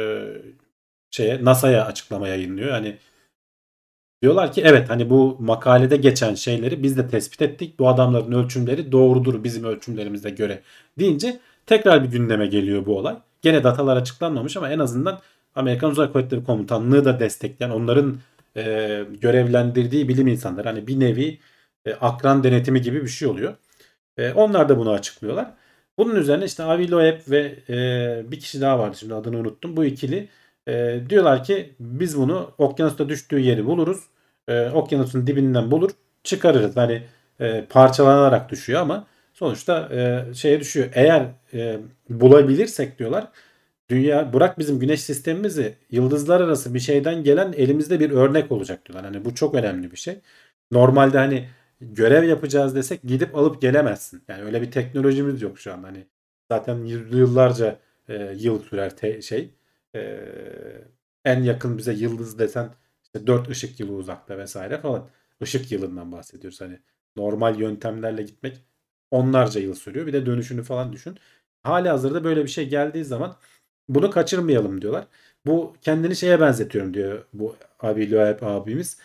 NASA'ya açıklama yayınlıyor. Hani diyorlar ki evet, hani bu makalede geçen şeyleri biz de tespit ettik. Bu adamların ölçümleri doğrudur bizim ölçümlerimize göre deyince tekrar bir gündeme geliyor bu olay. Gene datalar açıklanmamış ama en azından Amerikan Uzay Kuvvetleri Komutanlığı da destekleyen, onların görevlendirdiği bilim insanları, hani bir nevi akran denetimi gibi bir şey oluyor. Onlar da bunu açıklıyorlar. Bunun üzerine işte Avi Loeb ve bir kişi daha vardı, şimdi adını unuttum. Bu ikili diyorlar ki biz bunu okyanusta düştüğü yeri buluruz. Okyanusun dibinden bulur çıkarırız. Hani parçalanarak düşüyor ama sonuçta şeye düşüyor. Eğer bulabilirsek diyorlar, dünya bırak bizim güneş sistemimizi, yıldızlar arası bir şeyden gelen elimizde bir örnek olacak diyorlar. Hani bu çok önemli bir şey. Normalde hani görev yapacağız desek gidip alıp gelemezsin. Yani öyle bir teknolojimiz yok şu an. Hani zaten yıllarca yıl sürer e, en yakın bize yıldız desen işte 4 ışık yılı uzakta vesaire falan. Işık yılından bahsediyoruz. Hani normal yöntemlerle gitmek onlarca yıl sürüyor. Bir de dönüşünü falan düşün. Halihazırda böyle bir şey geldiği zaman bunu kaçırmayalım diyorlar. Bu kendini şeye benzetiyorum diyor bu abi Loeb abimiz.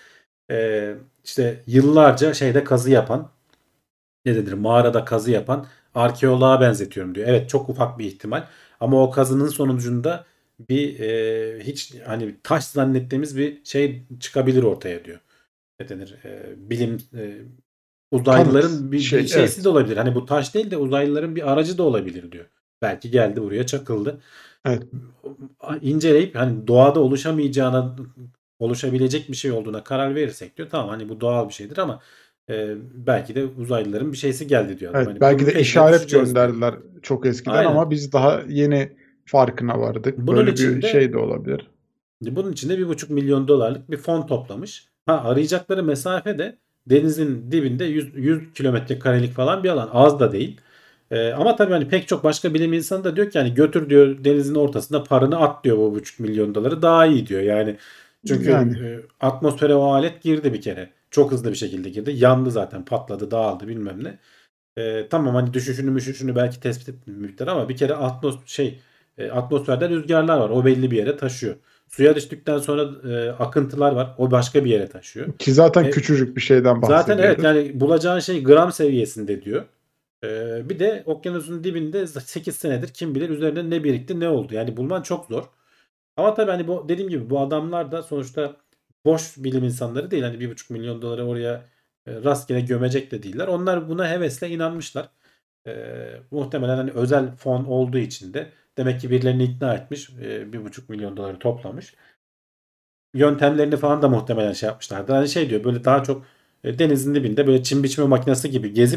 İşte yıllarca şeyde kazı yapan, ne denir, mağarada kazı yapan arkeoloğa benzetiyorum diyor. Evet, çok ufak bir ihtimal ama o kazının sonucunda bir hiç hani taş zannettiğimiz bir şey çıkabilir ortaya diyor. Ne denir? Bilim Kanıt. uzaylıların bir şeysi de Evet. olabilir. Hani bu taş değil de uzaylıların bir aracı da olabilir diyor. Belki geldi buraya çakıldı. Evet. İnceleyip hani doğada oluşabilecek bir şey olduğuna karar verirsek diyor. Tamam, hani bu doğal bir şeydir ama belki de uzaylıların bir şeysi geldi diyor adam. Evet. Hani Belki bunun de peşine işaret düşeceğiz diyor. gönderdiler çok eskiden Aynen. ama biz daha yeni farkına vardık. Bunun Böyle bir içinde şey de olabilir. bunun içinde 1,5 milyon dolarlık bir fon toplamış. Ha, arayacakları mesafe de denizin dibinde 100 kilometre karelik falan bir alan. Az da değil. Ama tabii hani pek çok başka bilim insanı da diyor ki yani götür diyor denizin ortasında parını at diyor, bu 1,5 milyon doları daha iyi diyor. Yani çünkü Yani atmosfere o alet girdi bir kere. Çok hızlı bir şekilde girdi. Yandı zaten, patladı, dağıldı bilmem ne. Tamam hani düşüşünü belki tespit etmemişler ama bir kere atmosferde rüzgarlar var. O belli bir yere taşıyor. Suya düştükten sonra akıntılar var. O başka bir yere taşıyor. ki zaten E, küçücük bir şeyden Zaten evet, bahsediyoruz. yani bulacağın şey gram seviyesinde diyor. Bir de okyanusun dibinde 8 senedir kim bilir üzerinde ne birikti ne oldu. Yani bulman çok zor. Ama tabii hani bu dediğim gibi bu adamlar da sonuçta boş bilim insanları değil. Hani 1,5 milyon doları oraya rastgele gömecek de değiller. Onlar buna hevesle inanmışlar. Muhtemelen hani özel fon olduğu için de demek ki birilerini ikna etmiş. 1,5 milyon doları toplamış. Yöntemlerini falan da muhtemelen şey yapmışlardır. Hani şey diyor, böyle daha çok denizin dibinde böyle çim biçme makinesi gibi gezip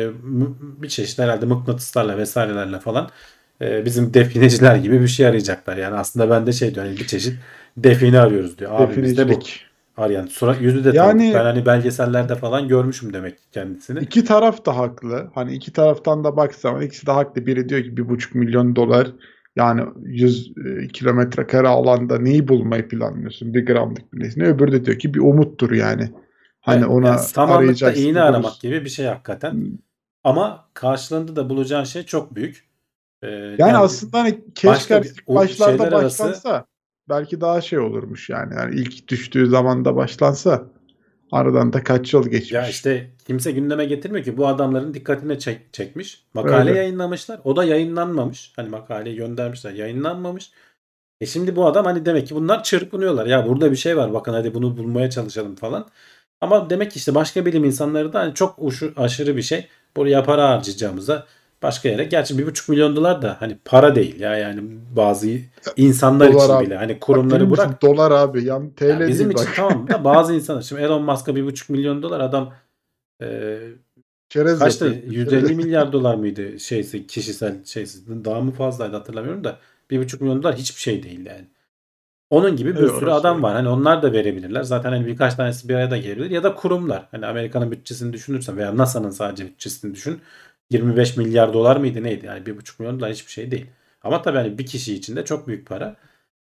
bir çeşit herhalde mıknatıslarla vesairelerle falan bizim defineciler gibi bir şey arayacaklar. Yani aslında ben de şey diyor, hani bir çeşit define arıyoruz diyor. Abi biz de bu. Definecilik. Arayan yüzü de tanıdık. Ben Yani hani belgesellerde falan görmüşüm demek ki kendisini. iki taraf da haklı. Hani iki taraftan da bak zaman ikisi de haklı. Biri diyor ki 1,5 milyon dolar, yani 100 kilometre kare alanda neyi bulmayı planlıyorsun? Bir gramlık bilesine. Öbürü de diyor ki bir umuttur yani. Hani Evet, yani ona samanlıkta iğne arayacaksın aramak bulursun. gibi bir şey hakikaten. Ama karşılığında da bulacağın şey çok büyük. Yani Yani aslında hani keşke başka ilk o başlarda şeyler arası. başlansa belki daha şey olurmuş yani. Yani ilk düştüğü zamanda başlansa aradan da kaç yıl Ya geçmiş. işte kimse gündeme getirmiyor ki, bu adamların dikkatine çekmiş. Makale Öyle. yayınlamışlar. O da yayınlanmamış. Hani makaleyi göndermişler, yayınlanmamış. Şimdi bu adam hani demek ki bunlar çırpınıyorlar. Ya burada bir şey var, bakın hadi bunu bulmaya çalışalım falan. Ama demek ki işte başka bilim insanları da hani çok aşırı bir şey, buraya para harcayacağımıza başka yere. Gerçi 1,5 milyon dolar da hani para değil ya, yani bazı insanlar Dolar için abi. bile, hani Bak emin kurumları misin? bırak. Dolar abi. Yani Ya TL bizim değil için bak. tamam da bazı insanlar. Şimdi Elon Musk'a 1,5 milyon dolar, adam e, Çerez kaçta yapıyor. Çerez. 150 milyar dolar mıydı şeysi, kişisel şeysi, daha mı fazlaydı hatırlamıyorum da 1,5 milyon dolar hiçbir şey değil yani. Onun gibi bir Evet, sürü orası adam öyle. var. Hani onlar da verebilirler. Zaten hani birkaç tanesi bir araya da gelebilir. Ya da kurumlar. Hani Amerika'nın bütçesini düşünürsen veya NASA'nın sadece bütçesini düşün. 25 milyar dolar mıydı neydi? Yani 1,5 milyon dolar hiçbir şey değil. Ama tabii hani bir kişi için de çok büyük para.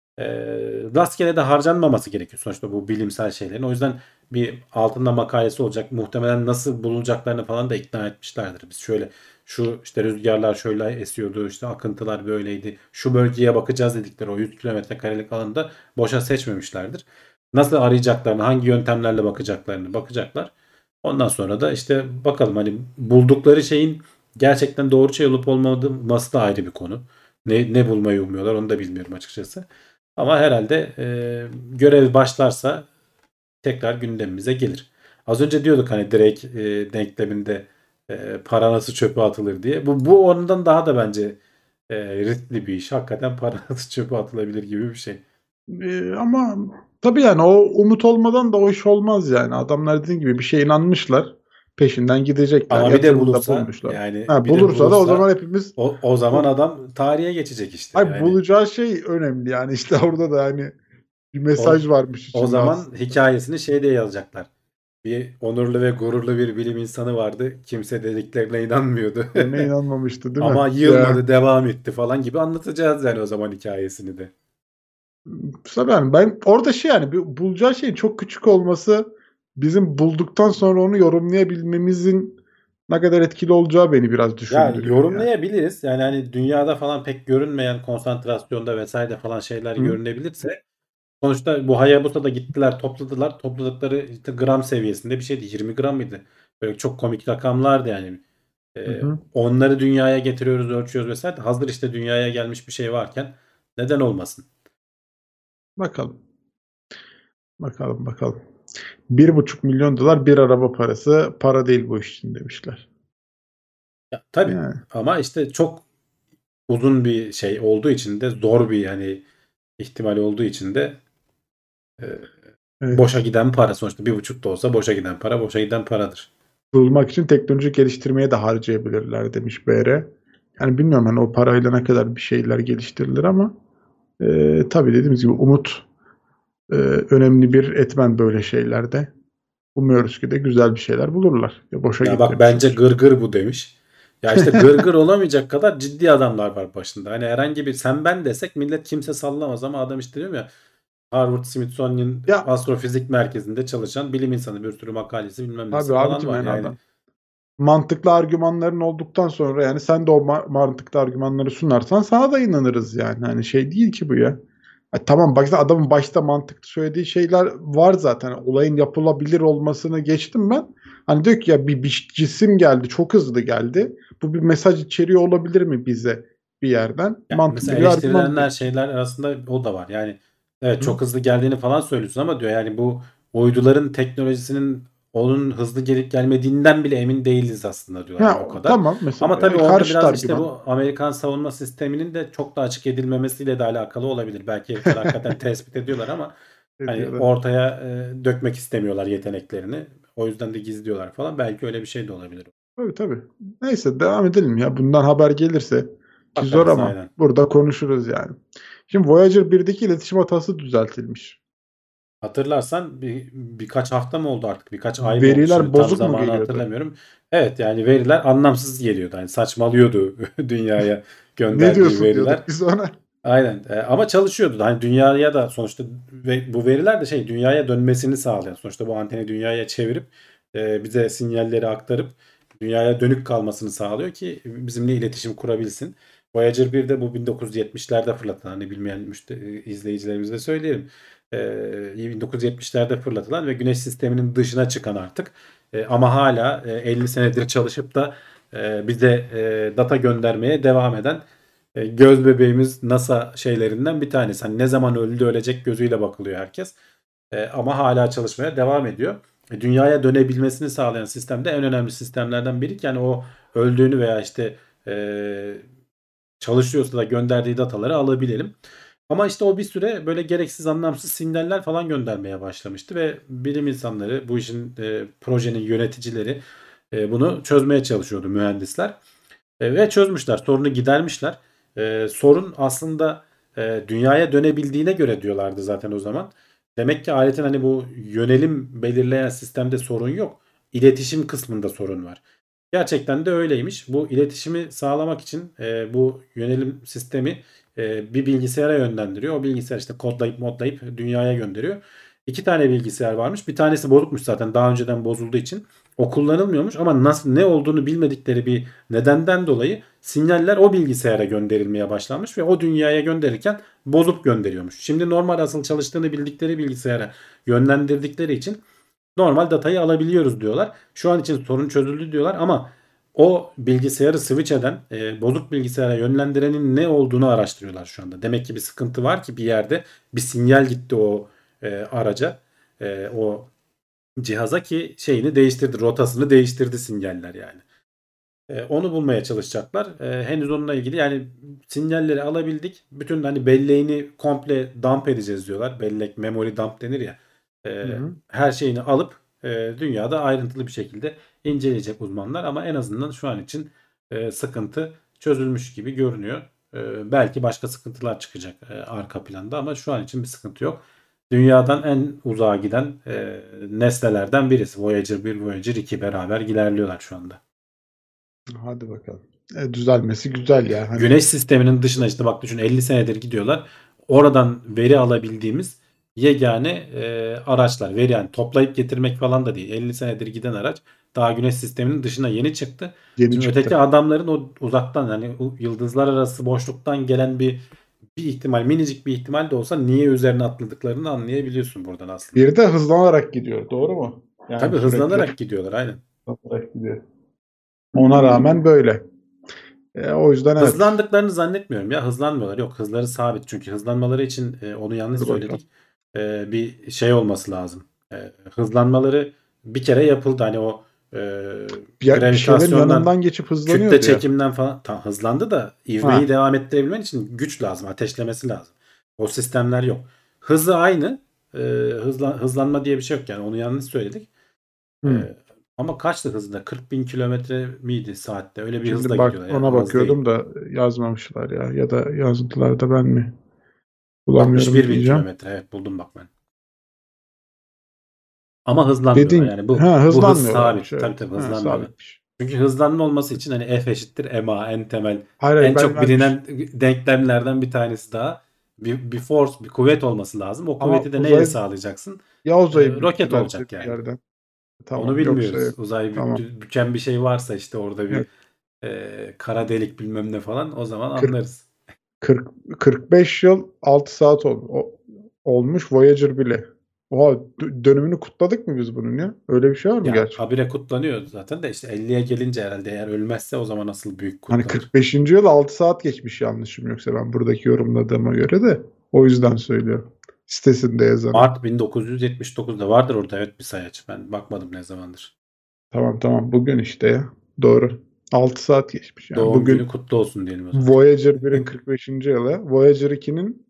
Rastgele de harcanmaması gerekiyor sonuçta bu bilimsel şeylerin. O yüzden bir altında makalesi olacak. Muhtemelen nasıl bulunacaklarını falan da ikna etmişlerdir. Biz şöyle, şu işte rüzgarlar şöyle esiyordu, işte akıntılar böyleydi, şu bölgeye bakacağız dedikleri o 100 kilometre karelik alanda boşa seçmemişlerdir. Nasıl arayacaklarını, hangi yöntemlerle bakacaklarını bakacaklar. Ondan sonra da işte bakalım, hani buldukları şeyin gerçekten doğru şey olup olmaması da ayrı bir konu. Ne bulmayı umuyorlar onu da bilmiyorum açıkçası. Ama herhalde görev başlarsa tekrar gündemimize gelir. Az önce diyorduk hani Drake denkleminde para nasıl çöpe atılır diye. Bu ondan daha da bence riskli bir iş. Hakikaten para nasıl çöpe atılabilir gibi bir şey. Ama tabii yani o umut olmadan da o iş olmaz yani. Adamlar dediğim gibi bir şeye inanmışlar. Peşinden gidecekler. Ama bir de Yatırımda bulursa, bulmuşlar. yani Ha, bir de bulursa da o zaman bulursa hepimiz o zaman bu, adam tarihe geçecek işte. ay Yani bulacağı şey önemli yani işte orada da hani bir o mesaj varmış o içinde zaman aslında. hikayesini şey diye yazacaklar. Bir onurlu ve gururlu bir bilim insanı vardı. Kimse dediklerine inanmıyordu. Birine inanmamıştı değil mi? Ama Ya yılmadı, devam etti falan gibi anlatacağız yani o zaman hikayesini de. tabii yani ben orada şey yani bulacağı şeyin çok küçük olması bizim bulduktan sonra onu yorumlayabilmemizin ne kadar etkili olacağı beni biraz Ya düşündürüyor yani. yorumlayabiliriz. Yani hani dünyada falan pek görünmeyen konsantrasyonda vesaire falan şeyler Hı? görünebilirse, sonuçta bu Hayabusa'da gittiler, topladılar. Topladıkları işte gram seviyesinde bir şeydi. 20 gram mıydı? Böyle çok komik rakamlardı yani. Hı hı. Onları dünyaya getiriyoruz, ölçüyoruz vesaire. Hazır işte dünyaya gelmiş bir şey varken neden olmasın? Bakalım. Bakalım bakalım. 1,5 milyon dolar bir araba parası. Para değil bu iş için demişler. Ya, tabii Yani ama işte çok uzun bir şey olduğu için de, zor bir yani ihtimal olduğu için de e, boşa evet. giden para, sonuçta 1,5 da olsa boşa giden para boşa giden paradır. Bulmak için teknoloji geliştirmeye de harcayabilirler demiş BR. Yani bilmiyorum hani o parayla ne kadar bir şeyler geliştirilir ama tabii dediğimiz gibi umut önemli bir etmen böyle şeylerde. Umuyoruz ki de güzel bir şeyler bulurlar. Ya boşa Ya bak, gitmemiş bence olur. gırgır bu demiş. Ya işte gırgır olamayacak kadar ciddi adamlar var başında. Hani herhangi bir sen ben desek millet kimse sallamaz ama adam işte diyorum ya Harvard Smithsonian Ya Astrofizik Merkezi'nde çalışan bilim insanı, bir sürü makalesi bilmem nesi abi falan abicim var yani yani. adam mantıklı argümanların olduktan sonra yani sen de o mantıklı argümanları sunarsan sana da inanırız yani. Hani şey değil ki bu ya. Tamam bak adamın başta mantıklı söylediği şeyler var zaten. Olayın yapılabilir olmasını geçtim ben. Hani diyor ki ya bir cisim geldi, çok hızlı geldi. Bu bir mesaj içeriyor olabilir mi bize bir yerden? Yani mesela Mantıklı bir argüman eleştirilenler diyor. şeyler arasında o da var. Yani evet Hı? çok hızlı geldiğini falan söylüyorsun ama diyor yani bu uyduların teknolojisinin onun hızlı gelip gelmediğinden bile emin değiliz aslında diyorlar Ha, yani o kadar. tamam Ama mesela tabii orada karşıt biraz işte argüman. bu Amerikan savunma sisteminin de çok da açık edilmemesiyle de alakalı olabilir. Belki herifler hakikaten tespit ediyorlar ama Ne hani diyorlar? ortaya dökmek istemiyorlar yeteneklerini. O yüzden de gizliyorlar falan. Belki öyle bir şey de olabilir. Tabii tabii. Neyse devam edelim ya. Bundan haber gelirse ki zor Bakarız ama aynen. burada konuşuruz yani. Şimdi Voyager 1'deki iletişim hatası düzeltilmiş. Hatırlarsan birkaç hafta mı oldu artık? Birkaç ay mı oldu? Şimdi Veriler tam bozuk mu zamanı geliyordu? hatırlamıyorum. Evet yani veriler anlamsız geliyordu. Yani saçmalıyordu dünyaya Ne gönderdiği diyorsun veriler. diyorduk biz ona. Aynen. Ama çalışıyordu. Hani dünyaya da sonuçta bu veriler de şey dünyaya dönmesini sağlayan. Sonuçta bu anteni dünyaya çevirip bize sinyalleri aktarıp dünyaya dönük kalmasını sağlıyor ki bizimle iletişim kurabilsin. Voyager 1 de bu 1970'lerde fırlatılan hani bilmeyen izleyicilerimize de söyleyelim. 1970'lerde fırlatılan ve Güneş sisteminin dışına çıkan artık ama hala 50 senedir çalışıp da bize data göndermeye devam eden göz bebeğimiz NASA şeylerinden bir tanesi. Hani ne zaman öldü ölecek gözüyle bakılıyor herkes. Ama hala çalışmaya devam ediyor. Dünyaya dönebilmesini sağlayan sistem de en önemli sistemlerden biri. Yani o öldüğünü veya işte çalışıyorsa da gönderdiği dataları alabilelim. Ama işte o bir süre böyle gereksiz anlamsız sinyaller falan göndermeye başlamıştı ve bilim insanları bu işin projenin yöneticileri bunu çözmeye çalışıyordu mühendisler. Ve çözmüşler. Sorunu gidermişler. Sorun aslında dünyaya dönebildiğine göre diyorlardı zaten o zaman. Demek ki aletin hani bu yönelim belirleyen sistemde sorun yok. İletişim kısmında sorun var. Gerçekten de öyleymiş. Bu iletişimi sağlamak için bu yönelim sistemi bir bilgisayara yönlendiriyor. O bilgisayar işte kodlayıp modlayıp dünyaya gönderiyor. İki tane bilgisayar varmış. Bir tanesi bozukmuş zaten daha önceden bozulduğu için. O kullanılmıyormuş ama nasıl ne olduğunu bilmedikleri bir nedenden dolayı sinyaller o bilgisayara gönderilmeye başlanmış ve o dünyaya gönderirken bozup gönderiyormuş. Şimdi normal asıl çalıştığını bildikleri bilgisayara yönlendirdikleri için normal datayı alabiliyoruz diyorlar. Şu an için sorun çözüldü diyorlar ama o bilgisayarı switch eden, bozuk bilgisayara yönlendirenin ne olduğunu araştırıyorlar şu anda. Demek ki bir sıkıntı var ki bir yerde bir sinyal gitti o araca, o cihaza ki şeyini değiştirdi, rotasını değiştirdi sinyaller yani. Onu bulmaya çalışacaklar. Henüz onunla ilgili yani sinyalleri alabildik. Bütün hani belleğini komple dump edeceğiz diyorlar. Bellek, memory dump denir ya. Hı hı. Her şeyini alıp dünyada ayrıntılı bir şekilde inceleyecek uzmanlar ama en azından şu an için sıkıntı çözülmüş gibi görünüyor. Belki başka sıkıntılar çıkacak arka planda ama şu an için bir sıkıntı yok. Dünyadan en uzağa giden nesnelerden birisi. Voyager 1, Voyager 2 beraber ilerliyorlar şu anda. Hadi bakalım. Düzelmesi güzel ya. Hani Güneş sisteminin dışına işte bak düşün 50 senedir gidiyorlar. Oradan veri alabildiğimiz yegane araçlar. Veri yani toplayıp getirmek falan da değil. 50 senedir giden araç daha güneş sisteminin dışına yeni çıktı. yeni Şimdi öteki çıktı. adamların o uzaktan yani o yıldızlar arası boşluktan gelen bir ihtimal minicik bir ihtimal de olsa niye üzerine atladıklarını anlayabiliyorsun buradan aslında. Bir de hızlanarak gidiyor. Doğru mu? Yani Tabii sürekli hızlanarak gidiyorlar aynen. hızlanarak gidiyor. Ona rağmen böyle. O yüzden evet. Hızlandıklarını zannetmiyorum ya. Hızlanmıyorlar. Yok hızları sabit. Çünkü hızlanmaları için onu yanlış Hadi bakalım. söyledik. Bir şey olması lazım. Hızlanmaları bir kere yapıldı. Hani o Bir şeylerin gravitasyondan, yanından geçip kütle hızlanıyordu ya. çekimden falan hızlandı da ivmeyi Ha. devam ettirebilmen için güç lazım. Ateşlemesi lazım. O sistemler yok. Hızı aynı. Hızlanma diye bir şey yok yani. Onu yanlış söyledik. Hı. Ama kaçtı hızında? 40 bin kilometre miydi saatte? Öyle bir hızla Şimdi bak gidiyorlar. Yani ona az değil. bakıyordum da yazmamışlar ya. Ya da yazdılar da ben mi? Bulamıyorum 61 bin diyeceğim. kilometre. Evet buldum bak ben. Ama hızlanmıyorlar. Dedin Yani bu hız hızlanmıyorlarmış sabit. Tabii evet. tabii Ha, hızlanmıyorlar. sabitmiş. Çünkü hızlanma olması için hani F eşittir ma en temel, Hayır, en hayır, çok bilinen denklemlerden bir tanesi daha. Bir force, bir kuvvet olması lazım. O ama kuvveti de neyle uzay sağlayacaksın? ya uzayı Roket büktülerse olacak bir yani. yerden. Onu Tamam, yoksa bilmiyoruz. yok. Uzay Tamam. büken bir şey varsa işte orada bir Yok. kara delik bilmem ne falan, o zaman 40 anlarız. 40 45 yıl 6 saat olmuş Voyager bile. Oha, dönümünü kutladık mı biz bunun ya? Öyle bir şey var mı Ya gerçi? habire kutlanıyor zaten de işte 50'ye gelince herhalde, eğer ölmezse o zaman asıl büyük Hani kutlanır. 45. yıl 6 saat geçmiş yanlışım yoksa ben buradaki yorumladığıma göre de o yüzden söylüyorum. Sitesinde yazanın. Mart 1979'da vardır orada, evet, bir sayaç. Ben bakmadım ne zamandır. Tamam, bugün işte ya. Doğru. 6 saat geçmiş yani. Doğum günü Bugün kutlu olsun diyelim o zaman. Voyager 1'in 45. yılı. Voyager 2'nin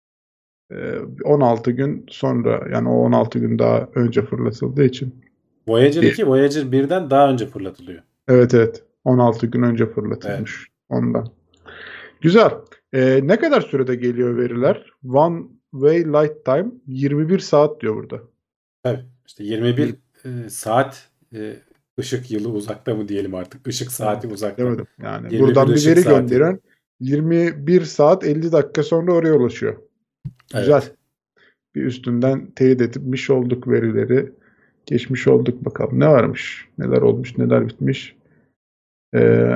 16 gün sonra, yani o 16 gün daha önce fırlatıldığı için. Voyager Bir. 2 Voyager 1'den daha önce fırlatılıyor. Evet. 16 gün önce Evet. fırlatılmış ondan. Güzel. Ne kadar sürede geliyor veriler? One way light time 21 saat diyor burada. Tabii. İşte 21 saat ışık yılı uzakta mı diyelim artık. Işık Tamam. saati uzakta. Demedim. Yani 21 buradan bir ışık veri saati. gönderen 21 saat 50 dakika sonra oraya ulaşıyor. Güzel. Evet. Bir üstünden teyit etmiş olduk verileri. Geçmiş olduk bakalım. Ne varmış? Neler olmuş? Neler bitmiş? Ee,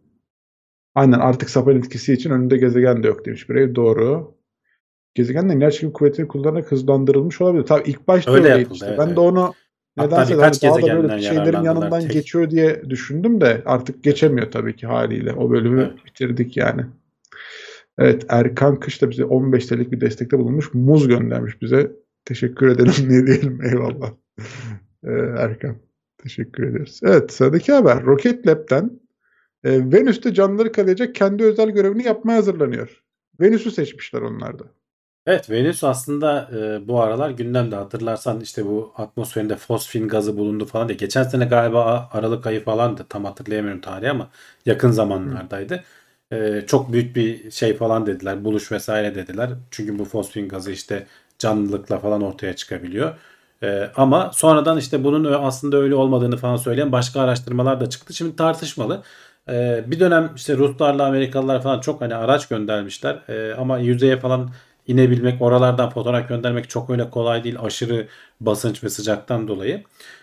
aynen, artık sapın etkisi için önünde gezegen de yok demiş birey. Doğru. Gezegenlerin yerçekim kuvvetini kullanarak hızlandırılmış olabilir. Tabii ilk başta Öyle öyleydi yapıldı, işte. evet, Ben de evet. onu Hatta nedense hani birkaç daha da böyle gezegenden şeylerin yararlandılar. yanından geçiyor diye düşündüm de artık Evet. geçemiyor tabii ki haliyle. O bölümü Evet. bitirdik yani. Evet, Erkan Kış da bize 15 TL'lik bir destekte bulunmuş. Muz göndermiş bize. Teşekkür edelim. Ne diyelim, eyvallah. Erkan. Teşekkür ederiz. Evet, sıradaki haber. Rocket Lab'den Venüs'te canlıları kalacak kendi özel görevini yapmaya hazırlanıyor. Venüs'ü seçmişler onlar da. Evet, Venüs aslında bu aralar gündemde. Hatırlarsan işte bu atmosferinde fosfin gazı bulundu falan diye. Geçen sene galiba Aralık ayı falandı. Tam hatırlayamıyorum tarihi ama yakın Hı. zamanlardaydı. Çok büyük bir şey falan dediler. Buluş vesaire dediler. Çünkü bu fosfin gazı işte canlılıkla falan ortaya çıkabiliyor. Ama sonradan işte bunun aslında öyle olmadığını falan söyleyen başka araştırmalar da çıktı. Şimdi tartışmalı. Bir dönem işte Ruslarla Amerikalılar falan çok hani araç göndermişler. Ama yüzeye falan inebilmek, oralardan fotoğraf göndermek çok öyle kolay değil. Aşırı basınç ve sıcaktan dolayı.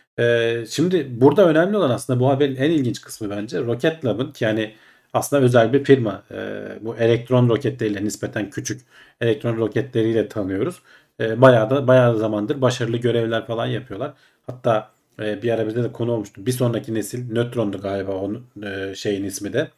Şimdi burada önemli olan aslında bu haberin en ilginç kısmı bence Rocket Lab'ın, ki yani aslında özel bir firma. Bu elektron roketleriyle, nispeten küçük elektron roketleriyle tanıyoruz. Bayağı da zamandır başarılı görevler falan yapıyorlar. Hatta bir ara bizde de konu olmuştu. Bir sonraki nesil nötrondu galiba onun şeyin ismi de.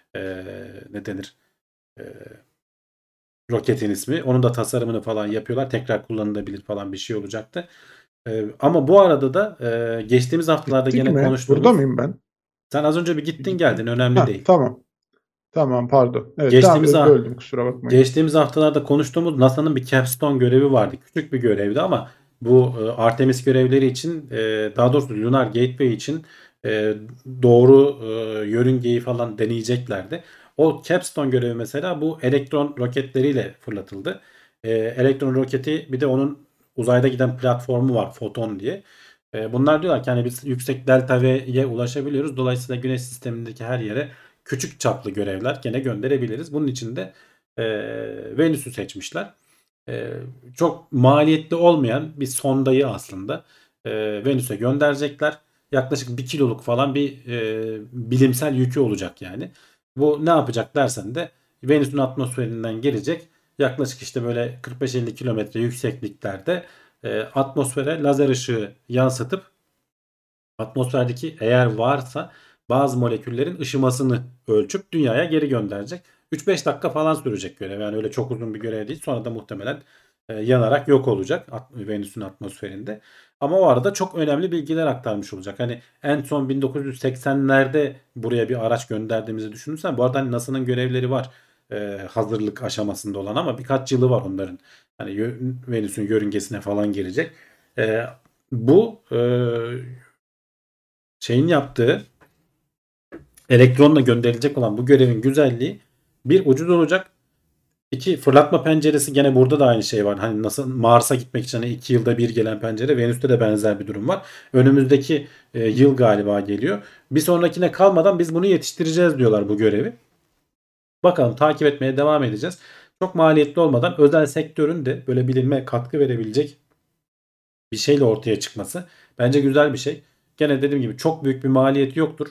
Ne denir? E, Roketin ismi. Onun da tasarımını falan yapıyorlar. Tekrar kullanılabilir falan bir şey olacaktı. Ama bu arada da geçtiğimiz haftalarda Gittik gene mi? Burada konuştuğumuz, mıyım ben? sen az önce bir Bir gittin gittim. geldin, önemli Ha, değil. tamam. Tamam, pardon. Evet, tamam, Geçtiğimiz ha- böldüm, kusura bakmayın. Geçtiğimiz haftalarda konuştuğumuz NASA'nın bir Capstone görevi vardı. Küçük bir görevdi ama bu Artemis görevleri için, daha doğrusu Lunar Gateway için e, doğru yörüngeyi falan deneyeceklerdi. O Capstone görevi mesela bu elektron roketleriyle fırlatıldı. Elektron roketi, bir de onun uzayda giden platformu var, Foton diye. Bunlar diyorlar ki hani biz yüksek delta V'ye ulaşabiliyoruz. Dolayısıyla Güneş sistemindeki her yere küçük çaplı görevler gene gönderebiliriz. Bunun için de Venüs'ü seçmişler. E, Çok maliyetli olmayan bir sondayı aslında Venüs'e gönderecekler. Yaklaşık 1 kiloluk falan bir bilimsel yükü olacak yani. Bu ne yapacak dersen de Venüs'ün atmosferinden gelecek. Yaklaşık işte böyle 45-50 kilometre yüksekliklerde atmosfere lazer ışığı yansıtıp atmosferdeki, eğer varsa, bazı moleküllerin ışımasını ölçüp dünyaya geri gönderecek. 3-5 dakika falan sürecek görev. Yani öyle çok uzun bir görev değil. Sonra da muhtemelen yanarak yok olacak Venüs'ün atmosferinde. Ama o arada çok önemli bilgiler aktarmış olacak. Hani en son 1980'lerde buraya bir araç gönderdiğimizi düşünürsen, bu arada hani NASA'nın görevleri var. Hazırlık aşamasında olan, ama birkaç yılı var onların. Hani Venüs'ün yörüngesine falan girecek. E, Bu şeyin yaptığı, elektronla gönderilecek olan bu görevin güzelliği, bir, ucuz olacak. İki fırlatma penceresi, gene burada da aynı şey var. Hani nasıl Mars'a gitmek için hani 2 yılda bir gelen pencere, Venüs'te de benzer bir durum var. Önümüzdeki yıl galiba geliyor. Bir sonrakine kalmadan biz bunu yetiştireceğiz diyorlar, bu görevi. Bakalım, takip etmeye devam edeceğiz. Çok maliyetli olmadan özel sektörün de böyle bilime katkı verebilecek bir şeyle ortaya çıkması bence güzel bir şey. Gene dediğim gibi çok büyük bir maliyeti yoktur.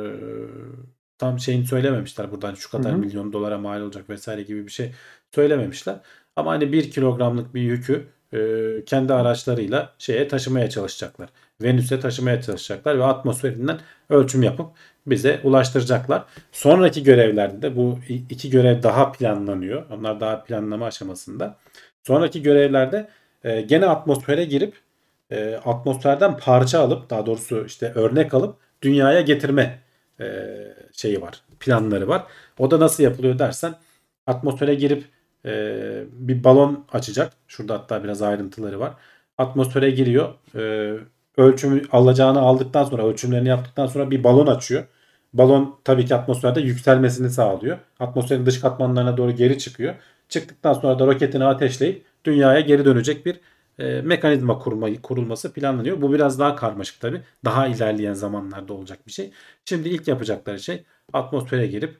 Tam şeyini söylememişler buradan, şu Hı kadar hı. milyon dolara mal olacak vesaire gibi bir şey söylememişler. Ama hani 1 kilogramlık bir yükü kendi araçlarıyla şeye taşımaya çalışacaklar. Venüs'e taşımaya çalışacaklar ve atmosferinden ölçüm yapıp bize ulaştıracaklar. Sonraki görevlerde de bu iki görev daha planlanıyor. Onlar daha planlama aşamasında. Sonraki görevlerde gene atmosfere girip atmosferden parça alıp, daha doğrusu işte örnek alıp dünyaya getirme şeyi var. Planları var. O da nasıl yapılıyor dersen, atmosfere girip bir balon açacak. Şurada hatta biraz ayrıntıları var. Atmosfere giriyor. Ölçümü alacağını aldıktan sonra, ölçümlerini yaptıktan sonra bir balon açıyor. Balon tabii ki atmosferde yükselmesini sağlıyor. Atmosferin dış katmanlarına doğru geri çıkıyor. Çıktıktan sonra da roketini ateşleyip dünyaya geri dönecek bir mekanizma kurulması planlanıyor. Bu biraz daha karmaşık tabii. Daha ilerleyen zamanlarda olacak bir şey. Şimdi ilk yapacakları şey atmosfere girip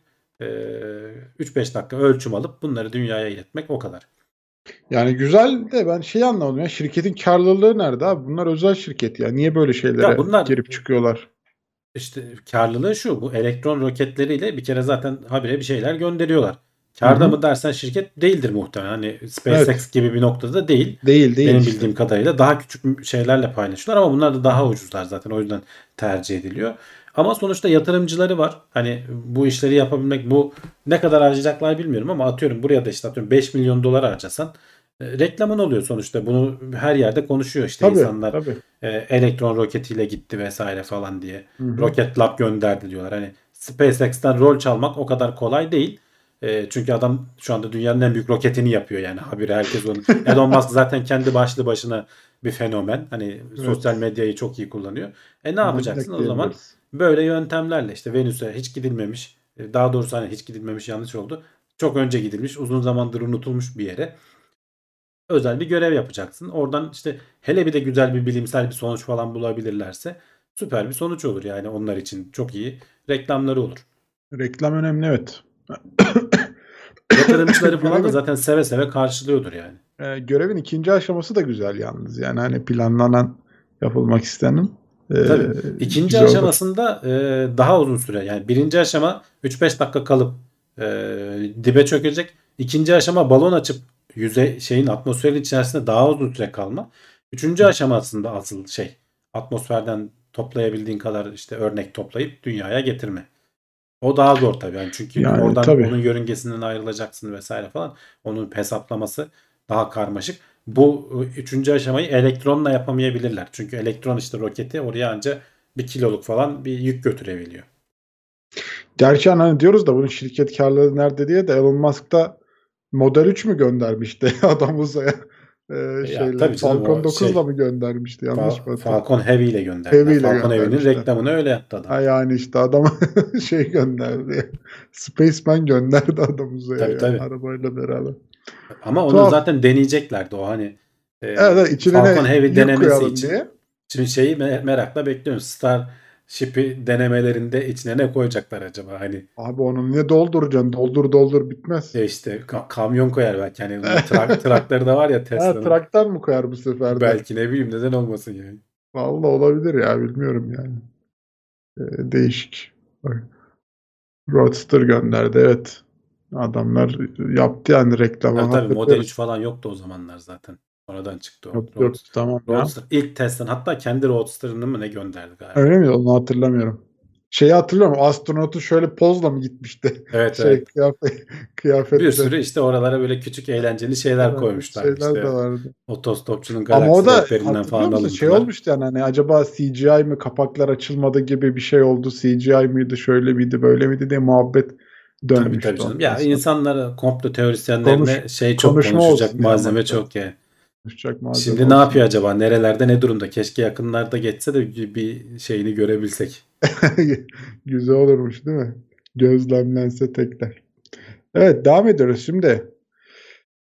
3-5 dakika ölçüm alıp bunları dünyaya iletmek, o kadar. Yani güzel de ben şeyi anlamadım ya, şirketin karlılığı nerede abi? Bunlar özel şirket ya. Niye böyle Ya şeylere bunlar girip çıkıyorlar? işte karlılığı şu: bu elektron roketleriyle bir kere zaten habire bir şeyler gönderiyorlar. Hı Karda hı. mı dersen şirket değildir muhtemelen. Hani Evet. SpaceX gibi bir noktada değil. Değil Benim işte. bildiğim kadarıyla daha küçük şeylerle paylaşıyorlar ama bunlar da daha ucuzlar zaten. O yüzden tercih ediliyor. Ama sonuçta yatırımcıları var. Hani bu işleri yapabilmek, bu ne kadar harcayacaklar bilmiyorum ama atıyorum buraya da işte atıyorum 5 milyon dolar harcasan reklamın oluyor sonuçta. Bunu her yerde konuşuyor işte Tabii, insanlar, tabii. elektron roketiyle gitti vesaire falan diye. Hı hı. Rocket Lab gönderdi diyorlar. Hani SpaceX'ten rol çalmak o kadar kolay değil. Çünkü adam şu anda dünyanın en büyük roketini yapıyor yani. Habire herkes onu. Elon Musk zaten kendi başlı başına bir fenomen. Hani sosyal Evet. medyayı çok iyi kullanıyor. Ne yapacaksın? Manyak O zaman diyebiliriz. böyle yöntemlerle işte Venüs'e hiç gidilmemiş. Daha doğrusu hani hiç gidilmemiş yanlış oldu. Çok önce gidilmiş, uzun zamandır unutulmuş bir yere özel bir görev yapacaksın. Oradan işte hele bir de güzel bir bilimsel bir sonuç falan bulabilirlerse süper bir sonuç olur yani, onlar için çok iyi reklamları olur. Reklam önemli, evet. Yatırımcıları falan da Görevin zaten seve seve karşılıyordur yani. görevin ikinci aşaması da güzel yalnız. Yani hani planlanan, yapılmak istenen Tabii. İkinci güzel olur. aşamasında daha uzun süre, yani birinci aşama 3-5 dakika kalıp dibe çökecek. İkinci aşama balon açıp şeyin, atmosferin içerisinde daha uzun süre kalma. Üçüncü aşamasında asıl şey, atmosferden toplayabildiğin kadar işte örnek toplayıp dünyaya getirme. O daha zor tabii. Yani çünkü Yani oradan tabii. onun yörüngesinden ayrılacaksın vesaire falan. Onun hesaplaması daha karmaşık. Bu üçüncü aşamayı elektronla yapamayabilirler. Çünkü elektron işte roketi oraya anca 1 kiloluk falan bir yük götürebiliyor. Gerçi hani diyoruz da bunun şirket karlılığı nerede diye de Elon Musk da Model 3 mü göndermişti adam uzaya? Ya Şeyle tabii canım, Falcon o 9'la şey mı göndermişti? Yanlış mı hatırlıyorum? Falcon Heavy ile gönderdiler. Heavy ile Falcon Heavy'nin göndermişti. reklamını öyle yaptı adam. Ha yani işte adam şey gönderdi. Spaceman gönderdi adam uzaya Tabii yani tabii. arabayla beraber. Ama onu Tuhaf. zaten deneyeceklerdi, o hani Evet, evet, içine Falcon ne Heavy yük denemesi koyalım için. diye. Şimdi şeyi merakla bekliyorum. Starship'i denemelerinde içine ne koyacaklar acaba? Hani Abi onu ne dolduracaksın? Doldur doldur bitmez. işte kamyon koyar belki. Hani bunun trakları da var ya Ha, Tesla'nın. traktör mü koyar bu sefer de? Belki, ne bileyim, neden olmasın yani. Vallahi olabilir ya, bilmiyorum yani. Değişik. Bak, Roadster gönderdi, evet. Adamlar yaptı yani reklamı, Tabii tabii, Model 3 hatırlıyoruz. falan yoktu o zamanlar zaten. Sonradan çıktı o. Yok yok, tamam ya. Roadster ilk Tesla'nın, hatta kendi Roadster'ını mı ne gönderdi galiba. Öyle mi? Onu hatırlamıyorum. Şeyi hatırlıyorum. Astronotu şöyle pozla mı gitmişti? Evet Şey evet. Bir kıyafetle. sürü işte oralara böyle küçük eğlenceli şeyler Herhalde koymuşlar. şeyler de İşte vardı. otostopçunun Ama o galaksi da rehberinden hatırlıyor falan musun? Şey alıntılar. olmuştu yani, hani acaba CGI mi, kapaklar açılmadı gibi bir şey oldu. CGI miydi, şöyle miydi, böyle miydi diye muhabbet Tabii tabii dönmüştü canım. ondan Ya sonra. insanlara, komplo Konuş teorisyenlerine şey, çok konuşma konuşacak olsun diye malzeme amaçlar. çok yani. Konuşacak malzeme Şimdi ne olsun yapıyor diye. acaba? Nerelerde, ne durumda? Keşke yakınlarda geçse de bir şeyini görebilsek. Güzel olurmuş değil mi? Gözlemlense tekrar. Evet, devam ediyoruz şimdi.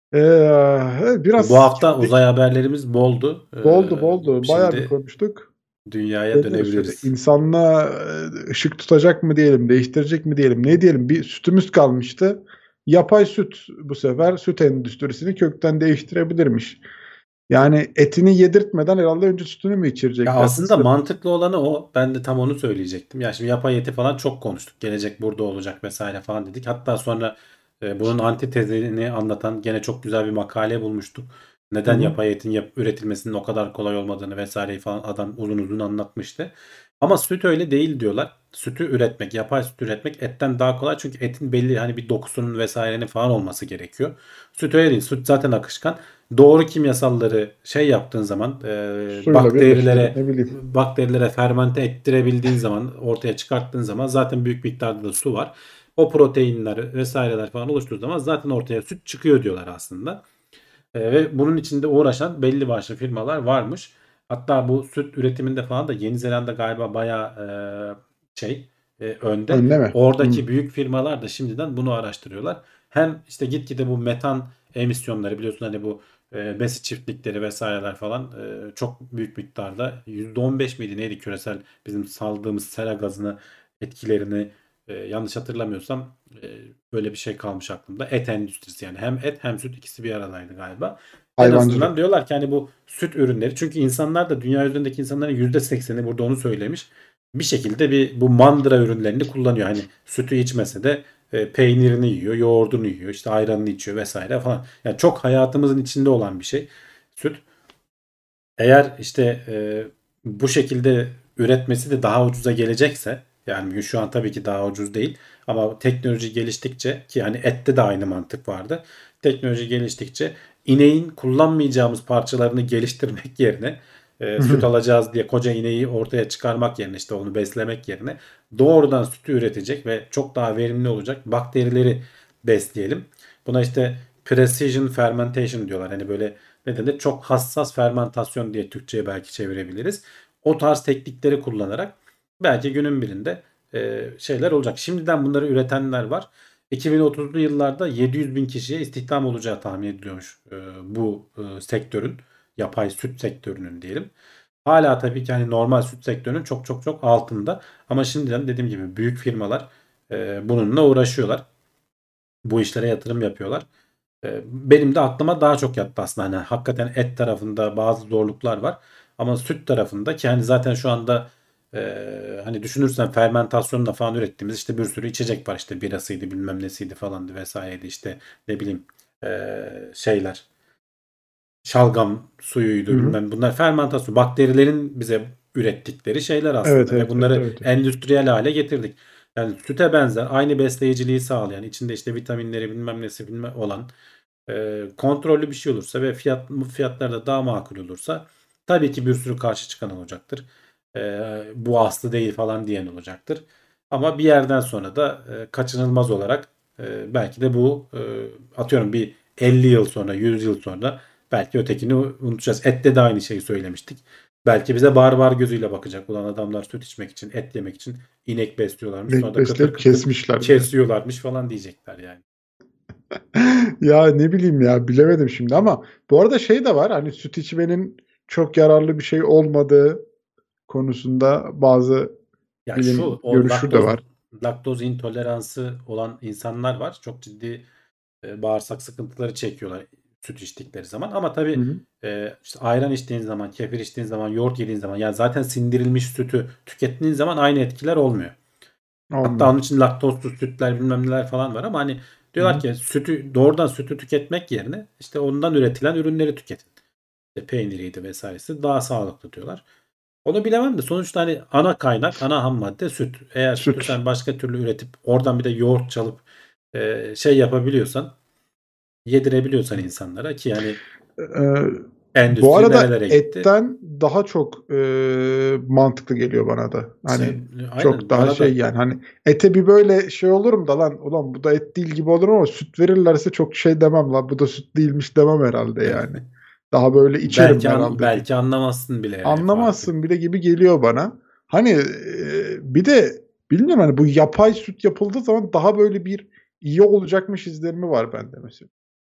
Biraz Bu hafta şimdi uzay haberlerimiz boldu. boldu. Bayağı bir Şimdi konuştuk. dünyaya Deniyoruz işte. dönebiliriz. İnsanlığa ışık tutacak mı diyelim, değiştirecek mi diyelim, ne diyelim? Bir sütümüz kalmıştı. Yapay süt bu sefer süt endüstrisini kökten değiştirebilirmiş. Yani etini yedirtmeden herhalde önce sütünü mü Ya içirecekler? aslında mantıklı olanı o. Ben de tam onu söyleyecektim. Ya şimdi yapay eti falan çok konuştuk. Gelecek burada olacak vesaire falan dedik. Hatta sonra bunun antitezini anlatan gene çok güzel bir makale bulmuştuk. Hı Neden hı. yapay etin üretilmesinin o kadar kolay olmadığını vesaireyi falan adam uzun uzun anlatmıştı. Ama süt öyle değil diyorlar. Sütü üretmek, yapay süt üretmek etten daha kolay. Çünkü etin belli hani bir dokusunun vesairenin falan olması gerekiyor. Süt öyle değil. Süt zaten akışkan. Doğru kimyasalları şey yaptığın zaman Suyla birleştirip ne bileyim. bakterilere fermente ettirebildiğin zaman ortaya çıkarttığın zaman zaten büyük miktarda da su var. O proteinler vesaireler falan oluştuğu zaman zaten ortaya süt çıkıyor diyorlar aslında. Ve bunun içinde uğraşan belli başlı firmalar varmış. Hatta bu süt üretiminde falan da Yeni Zelanda galiba bayağı önde. Önde mi? Hı. Oradaki büyük firmalar da şimdiden bunu araştırıyorlar. Hem işte gitgide bu metan emisyonları biliyorsun hani bu besi çiftlikleri vesaireler falan çok büyük miktarda %15 miydi neydi küresel bizim saldığımız sera gazını etkilerini yanlış hatırlamıyorsam böyle bir şey kalmış aklımda. Et endüstrisi yani hem et hem süt ikisi bir aradaydı galiba. En azından Hayvancılık. diyorlar ki hani bu süt ürünleri çünkü insanlar da dünya üzerindeki insanların %80'i burada onu söylemiş. Bir şekilde bu mandıra ürünlerini kullanıyor. Hani sütü içmese de peynirini yiyor, yoğurdunu yiyor, işte ayranını içiyor vesaire falan. Yani çok hayatımızın içinde olan bir şey süt. Eğer işte bu şekilde üretmesi de daha ucuza gelecekse yani şu an tabii ki daha ucuz değil ama teknoloji geliştikçe ki hani ette de aynı mantık vardı. Teknoloji geliştikçe ineğin kullanmayacağımız parçalarını geliştirmek yerine Hı süt hı. alacağız diye koca ineği ortaya çıkarmak yerine işte onu beslemek yerine doğrudan sütü üretecek ve çok daha verimli olacak bakterileri besleyelim. Buna işte precision fermentation diyorlar. Hani böyle ne denir? Çok hassas fermentasyon diye Türkçe'ye belki çevirebiliriz. O tarz teknikleri kullanarak belki günün birinde şeyler olacak. Şimdiden bunları üretenler var. 2030'lu yıllarda 700 bin kişiye istihdam olacağı tahmin ediliyormuş bu sektörün. Yapay süt sektörünün diyelim. Hala tabii ki hani normal süt sektörünün çok çok çok altında. Ama şimdiden dediğim gibi büyük firmalar bununla uğraşıyorlar. Bu işlere yatırım yapıyorlar. Benim de aklıma daha çok yattı aslında. Hani hakikaten et tarafında bazı zorluklar var. Ama süt tarafında ki hani zaten şu anda hani düşünürsen fermentasyonla falan ürettiğimiz işte bir sürü içecek var. İşte birasıydı bilmem nesiydi falandı vesaireydi işte ne bileyim şeyler şalgam Hı suyuydu hı. bilmem bunlar fermentasyon bakterilerin bize ürettikleri şeyler Evet, aslında ve evet, evet, bunları evet. endüstriyel hale getirdik. Yani süte benzer aynı besleyiciliği sağlayan içinde işte vitaminleri bilmem nesi bilmem olan kontrollü bir şey olursa ve fiyatlar da daha makul olursa tabii ki bir sürü karşı çıkan olacaktır. Bu aslı değil falan diyen olacaktır. Ama bir yerden sonra da kaçınılmaz olarak belki de bu atıyorum bir 50 yıl sonra 100 yıl sonra belki ötekini unutacağız. Ette de aynı şeyi söylemiştik. Belki bize barbar gözüyle bakacak. Ulan adamlar süt içmek için, et yemek için inek besliyorlarmış. Sonra da kıtır Besleyip kıtır kesmişler bir de. kesiyorlarmış falan diyecekler yani. Ya ne bileyim ya, bilemedim şimdi ama bu arada şey de var, hani süt içmenin çok yararlı bir şey olmadığı konusunda bazı Ya bilim şu o görüşü de var. laktoz intoleransı olan insanlar var. Çok ciddi bağırsak sıkıntıları çekiyorlar süt içtikleri zaman. Ama Hı tabii hı. işte ayran içtiğin zaman, kefir içtiğin zaman, yoğurt yediğin zaman yani zaten sindirilmiş sütü tükettiğin zaman aynı etkiler olmuyor. Hatta Olmuyor. onun için laktozsuz sütler bilmem neler falan var ama hani Hı diyorlar hı. ki doğrudan sütü tüketmek yerine işte ondan üretilen ürünleri tüketin. İşte peyniriydi vesairesi daha sağlıklı diyorlar. Onu bilemem de sonuçta hani ana kaynak, ana ham madde süt. Eğer sütü Süt. sen başka türlü üretip oradan bir de yoğurt çalıp şey yapabiliyorsan, yedirebiliyorsan insanlara ki hani Ee, Bu endüstri arada nerelere gitti? etten daha çok mantıklı geliyor bana da. İşte Hani çok aynen daha bana şey, da yani hani ete bir böyle şey olurum da lan ulan bu da et değil gibi olurum ama süt verirlerse çok şey demem lan, bu da süt değilmiş demem herhalde yani. Daha böyle içerim herhalde diye. belki anlamazsın bile yani farkı. Anlamazsın bile gibi geliyor bana. Hani bir de bilmiyorum, hani bu yapay süt yapıldığı zaman daha böyle bir iyi olacakmış izlenimi var bende mesela.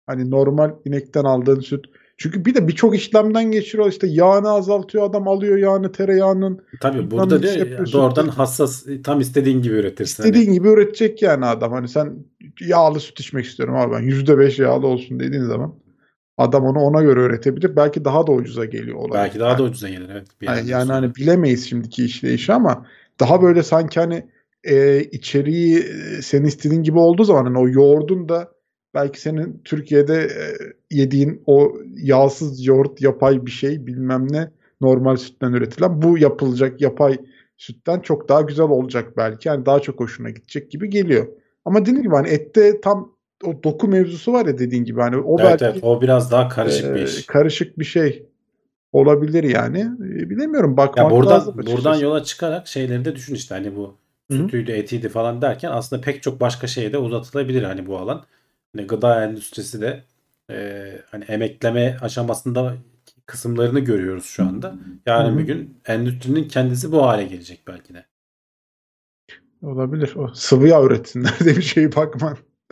Hani normal inekten aldığın süt. Çünkü bir de birçok işlemden geçiriyor. İşte yağını azaltıyor adam, alıyor yağını, tereyağının Tabii bilmem burada diyor nesi yapıyor ya, doğrudan sütte. hassas tam istediğin gibi üretirsin hani. İstediğin gibi üretecek yani adam. Hani sen yağlı süt içmek istiyorum abi, ben %5 yağlı olsun dediğin zaman adam onu ona göre üretebilir. Belki daha da ucuza geliyor Belki olabilir. daha da ucuza gelir evet bir Hani yerden yani sonra. hani bilemeyiz şimdiki işleyişi ama daha böyle sanki hani içeriği senin istediğin gibi olduğu zaman hani o yoğurdun da belki senin Türkiye'de yediğin o yağsız yoğurt, yapay bir şey bilmem ne, normal sütten üretilen, bu yapılacak yapay sütten çok daha güzel olacak belki. Yani daha çok hoşuna gidecek gibi geliyor. Ama dediğim gibi hani ette tam o doku mevzusu var ya, dediğin gibi hani o Evet evet belki o biraz daha karışık bir iş. karışık bir şey olabilir yani. Bilemiyorum, Ya bakmak lazım buradan açıkçası. yola çıkarak şeyleri de düşün işte hani bu Hı hı. sütüydü, etiydi falan derken aslında pek çok başka şeye de uzatılabilir hani bu alan. Hani gıda endüstrisi de hani emekleme aşamasında kısımlarını görüyoruz şu anda. Hı Yarın bir hı. gün endüstrinin kendisi bu hale gelecek belki de. Olabilir. O sıvı yağ üretsinler de bir şey bakman.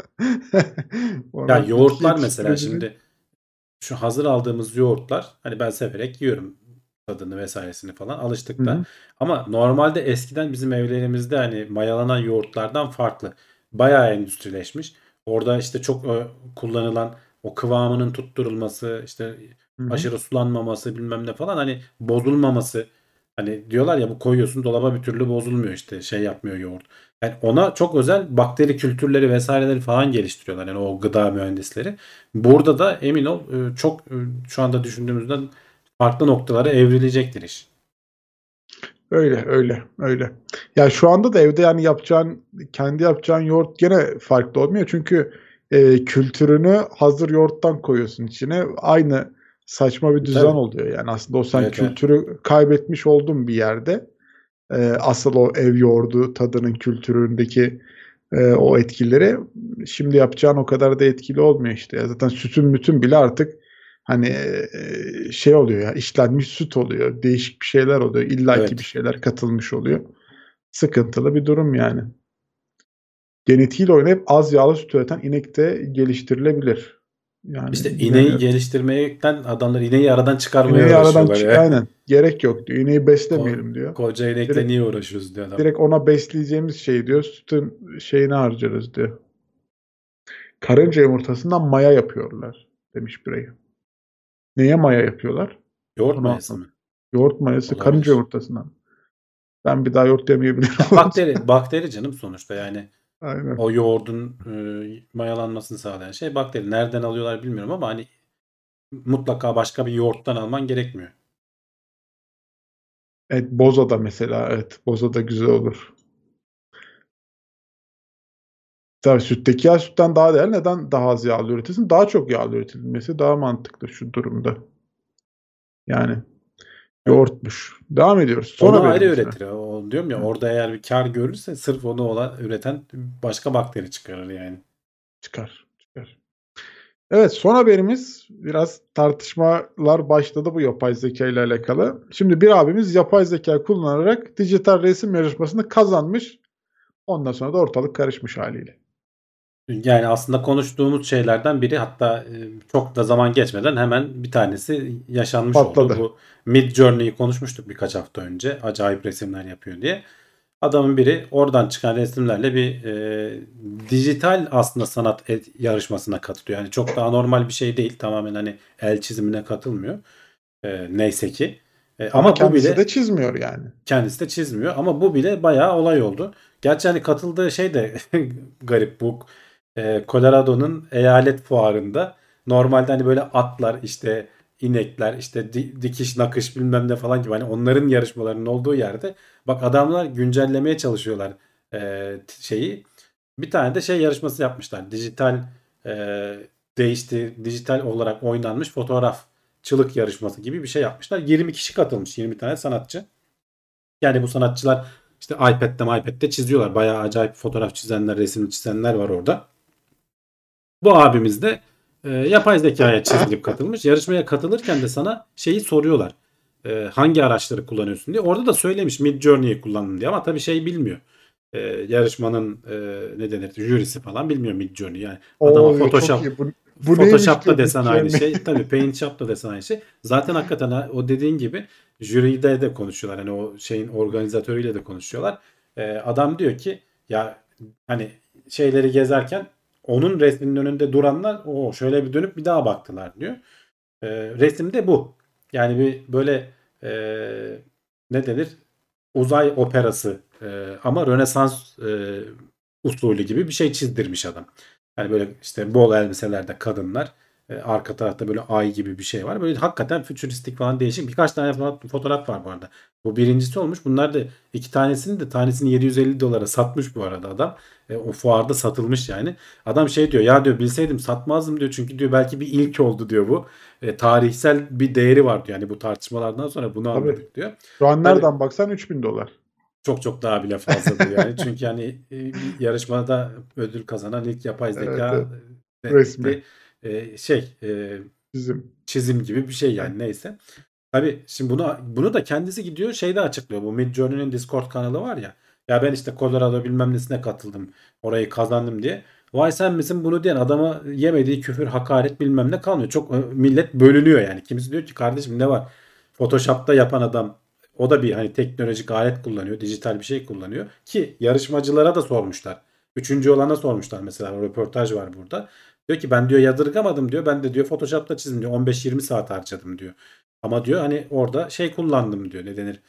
Ya Ona bitki yoğurtlar mesela yetiştirebilir. şimdi şu hazır aldığımız yoğurtlar hani ben severek yiyorum tadını vesairesini falan Hı alıştık da. hı. Ama normalde eskiden bizim evlerimizde hani mayalanan yoğurtlardan farklı. Bayağı endüstrileşmiş. Orada işte çok kullanılan o kıvamının tutturulması, işte Hı hı. aşırı sulanmaması bilmem ne falan hani bozulmaması. Hani diyorlar ya bu koyuyorsun dolaba bir türlü bozulmuyor işte şey yapmıyor yoğurt. Yani ona çok özel bakteri kültürleri vesaireleri falan geliştiriyorlar yani o gıda mühendisleri. Burada da emin ol çok şu anda düşündüğümüzden farklı noktalara evrilecektir iş. Öyle, öyle, öyle. Ya şu anda da evde yani kendi yapacağın yoğurt gene farklı olmuyor. Çünkü kültürünü hazır yoğurttan koyuyorsun içine. Aynı saçma bir düzen Tabii. oluyor. Yani aslında o, sen Evet, evet. kültürü kaybetmiş oldun bir yerde. Asıl o ev yoğurdu tadının, kültüründeki o etkileri şimdi yapacağın o kadar da etkili olmuyor işte. Ya zaten sütün bütün bile artık hani şey oluyor ya, işlenmiş süt oluyor. Değişik bir şeyler oluyor. İlla ki bir Evet. şeyler katılmış oluyor. Sıkıntılı bir durum yani. Genetiğiyle oynayıp az yağlı süt üreten inek de geliştirilebilir. Yani İşte ineği bilemiyorum. geliştirmekten adamlar ineği aradan çıkarmaya İneği aradan uğraşıyorlar ya. aynen, gerek yok diyor. İneği Ko- beslemeyelim diyor. Koca inekle Direkt niye uğraşıyoruz diyor adam. direkt ona besleyeceğimiz şey diyor. Sütün şeyini harcarız diyor. Karınca yumurtasından maya yapıyorlar demiş birey. Neye maya yapıyorlar? Yoğurt Onu mayası anlat. mı? Yoğurt mayası karınca Olabilir. yumurtasından. Ben bir daha yoğurt yemeyebilirim. Ya bakteri canım sonuçta yani Aynen. o yoğurdun mayalanmasını sağlayan şey bakteri. Nereden alıyorlar bilmiyorum ama hani mutlaka başka bir yoğurttan alman gerekmiyor. Evet, boza da mesela, evet, boza da güzel olur. Tabii sütteki yağ sütten daha değerli. Neden daha az yağlı üretilsin? Daha çok yağlı üretilmesi daha mantıklı şu durumda. Yani Evet. yoğurtmuş. Devam ediyoruz. Son Onu ayrı haberimiz mi? üretir. O diyorum ya Hı, orada eğer bir kar görürse sırf onu üreten başka bakteri çıkarır yani. çıkar. Çıkar. Evet, son haberimiz, biraz tartışmalar başladı bu yapay zeka ile alakalı. Şimdi bir abimiz yapay zeka kullanarak dijital resim yarışmasını kazanmış. Ondan sonra da ortalık karışmış haliyle. Yani aslında konuştuğumuz şeylerden biri hatta çok da zaman geçmeden hemen bir tanesi yaşanmış oldu. Patladı. Bu Midjourney'i konuşmuştuk birkaç hafta önce. Acayip resimler yapıyor diye. Adamın biri oradan çıkan resimlerle bir dijital aslında sanat yarışmasına katılıyor. Yani çok daha normal bir şey değil. Tamamen hani el çizimine katılmıyor. Neyse ki. Ama Ama bu kendisi de bile çizmiyor yani. kendisi de çizmiyor. Ama bu bile bayağı olay oldu. Gerçi hani katıldığı şey de garip. Bu Colorado'nun eyalet fuarında normalde hani böyle atlar işte inekler işte dikiş nakış bilmem ne falan gibi hani onların yarışmalarının olduğu yerde bak adamlar güncellemeye çalışıyorlar şeyi. Bir tane de şey yarışması yapmışlar. Dijital dijital olarak oynanmış fotoğrafçılık yarışması gibi bir şey yapmışlar. 20 kişi katılmış, 20 tane sanatçı. Yani bu sanatçılar işte iPad'de çiziyorlar. Bayağı acayip fotoğraf çizenler, resim çizenler var orada. Bu abimiz de yapay zekaya çizilip katılmış. Yarışmaya katılırken de sana şeyi soruyorlar. Hangi araçları kullanıyorsun diye. Orada da söylemiş Midjourney'i kullandım diye ama tabii şey bilmiyor. Yarışmanın ne denir jürisi falan bilmiyor Midjourney. Yani adama Oo, çok Photoshop iyi. Bu Bu neymiş Photoshop'ta diyor desen aynı Midjourney. şey. Tabii PaintShop'ta desen aynı şey. Zaten hakikaten o dediğin gibi jüride de konuşuyorlar. Hani o şeyin organizatörüyle de konuşuyorlar. Adam diyor ki ya hani şeyleri gezerken onun resminin önünde duranlar o şöyle bir dönüp bir daha baktılar diyor. Resimde bu. Yani bir böyle ne denir? Uzay operası ama Rönesans usulü gibi bir şey çizdirmiş adam. Yani böyle işte bol elbiselerde kadınlar, arka tarafta böyle ay gibi bir şey var. Böyle hakikaten fütüristik falan değişik birkaç tane fotoğraf var bu arada. Bu birincisi olmuş. Bunlar da iki tanesini 750 dolara satmış bu arada adam. O fuarda satılmış yani. Adam şey diyor ya diyor bilseydim satmazdım diyor. Çünkü diyor belki bir ilk oldu diyor bu. Tarihsel bir değeri var diyor. Yani bu tartışmalardan sonra bunu Tabii. anladık diyor. Şu an Tabii. nereden baksan 3000 dolar. Çok çok daha bile fazladır yani. Çünkü yani bir yarışmada ödül kazanan ilk yapay zeka Evet. Resmi. Bizim. çizim gibi bir şey yani neyse. Tabii şimdi bunu da kendisi gidiyor şeyde açıklıyor. Bu Midjourney'nin Discord kanalı var ya. Ya ben işte Colorado bilmem nesine katıldım. Orayı kazandım diye. Vay sen misin bunu diyen adama yemediği küfür, hakaret bilmem ne kalmıyor. Çok millet bölünüyor yani. Kimisi diyor ki kardeşim ne var? Photoshop'ta yapan adam o da bir hani teknolojik alet kullanıyor. Dijital bir şey kullanıyor. Ki yarışmacılara da sormuşlar. Üçüncü olana sormuşlar mesela. O röportaj var burada. Diyor ki ben diyor yadırgamadım diyor. Ben de diyor Photoshop'ta çizdim diyor. 15-20 saat harcadım diyor. Ama diyor hani orada şey kullandım diyor. Ne denir?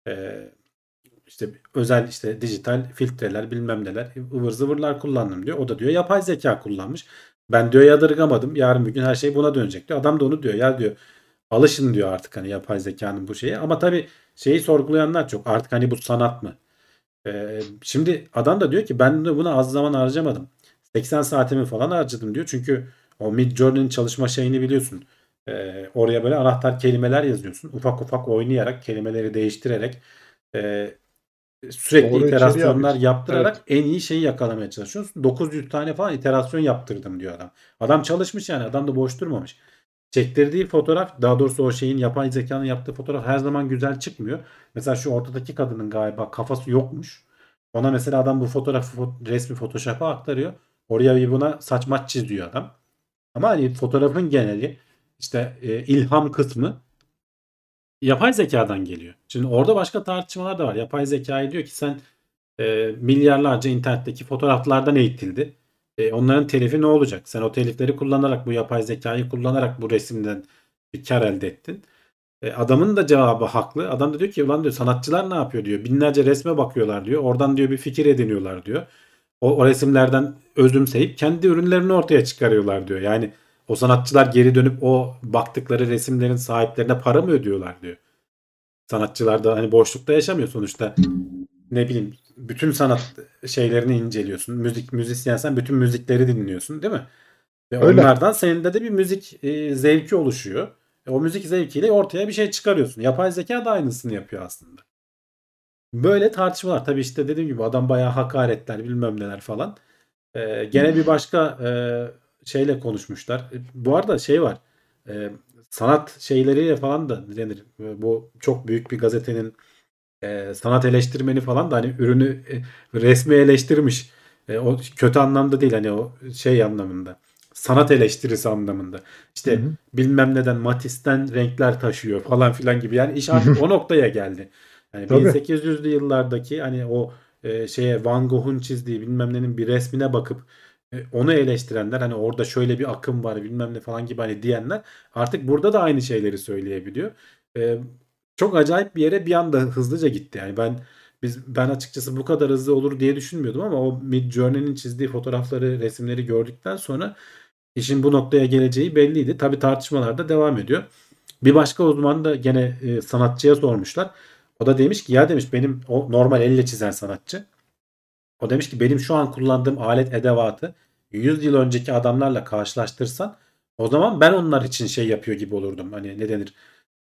İşte özel işte dijital filtreler bilmem neler ıvır zıvırlar kullandım diyor. O da diyor yapay zeka kullanmış. Ben diyor yadırgamadım. Yarın bir gün her şey buna dönecek diyor. Adam da onu diyor. Ya diyor alışın diyor artık hani yapay zekanın bu şeye. Ama tabii şeyi sorgulayanlar çok. Artık hani bu sanat mı? Şimdi adam da diyor ki ben de buna az zaman harcamadım. 80 saatimi falan harcadım diyor. Çünkü o Midjourney'nin çalışma şeyini biliyorsun. Oraya böyle anahtar kelimeler yazıyorsun. Ufak ufak oynayarak, kelimeleri değiştirerek sürekli Doğru içeriği iterasyonlar alıyorsun. yaptırarak Evet. en iyi şeyi yakalamaya çalışıyorsun. 900 tane falan iterasyon yaptırdım diyor adam. Adam çalışmış yani. Adam da boş durmamış. Çektirdiği fotoğraf daha doğrusu o şeyin yapay zekanın yaptığı fotoğraf her zaman güzel çıkmıyor. Mesela şu ortadaki kadının galiba kafası yokmuş. Ona mesela adam bu fotoğrafı resmi Photoshop'a aktarıyor. Oraya bir buna saç maç çiziyor adam. Ama hani fotoğrafın geneli işte ilham kısmı yapay zekadan geliyor. Şimdi orada başka tartışmalar da var. Yapay zekayı diyor ki sen milyarlarca internetteki fotoğraflardan eğitildi. Onların telifi ne olacak? Sen o telifleri kullanarak bu yapay zekayı kullanarak bu resimden bir kar elde ettin. Adamın da cevabı haklı. Adam da diyor ki ulan diyor sanatçılar ne yapıyor diyor. Binlerce resme bakıyorlar diyor. Oradan diyor bir fikir ediniyorlar diyor. O resimlerden özümseyip kendi ürünlerini ortaya çıkarıyorlar diyor. Yani o sanatçılar geri dönüp o baktıkları resimlerin sahiplerine para mı ödüyorlar diyor. Sanatçılar da hani boşlukta yaşamıyor sonuçta. Ne bileyim bütün sanat şeylerini inceliyorsun. Müzisyensen bütün müzikleri dinliyorsun değil mi? Ve Öyle. onlardan senin de bir müzik zevki oluşuyor. O müzik zevkiyle ortaya bir şey çıkarıyorsun. Yapay zeka da aynısını yapıyor aslında. Böyle tartışmalar. Tabii işte dediğim gibi adam bayağı hakaretler bilmem neler falan. Gene bir başka şeyle konuşmuşlar. Bu arada şey var. Sanat şeyleriyle falan da denir. Bu çok büyük bir gazetenin sanat eleştirmeni falan da hani ürünü resmi eleştirmiş. O kötü anlamda değil hani o şey anlamında. Sanat eleştirisi anlamında. Hı İşte hı. bilmem neden Matisse'ten renkler taşıyor falan filan gibi. Yani iş artık o noktaya geldi. Yani Tabii. 1800'lü yıllardaki hani o şeye Van Gogh'un çizdiği bilmem nenin bir resmine bakıp onu eleştirenler hani orada şöyle bir akım var bilmem ne falan gibi hani diyenler artık burada da aynı şeyleri söyleyebiliyor. E, Çok acayip bir yere bir anda hızlıca gitti. Yani ben açıkçası bu kadar hızlı olur diye düşünmüyordum ama o Midjourney'nin çizdiği fotoğrafları, resimleri gördükten sonra işin bu noktaya geleceği belliydi. Tabii tartışmalar da devam ediyor. Bir başka uzman da gene sanatçıya sormuşlar. O da demiş ki ya demiş benim o normal elle çizen sanatçı. O demiş ki benim şu an kullandığım alet edevatı 100 yıl önceki adamlarla karşılaştırsan o zaman ben onlar için şey yapıyor gibi olurdum. Hani ne denir?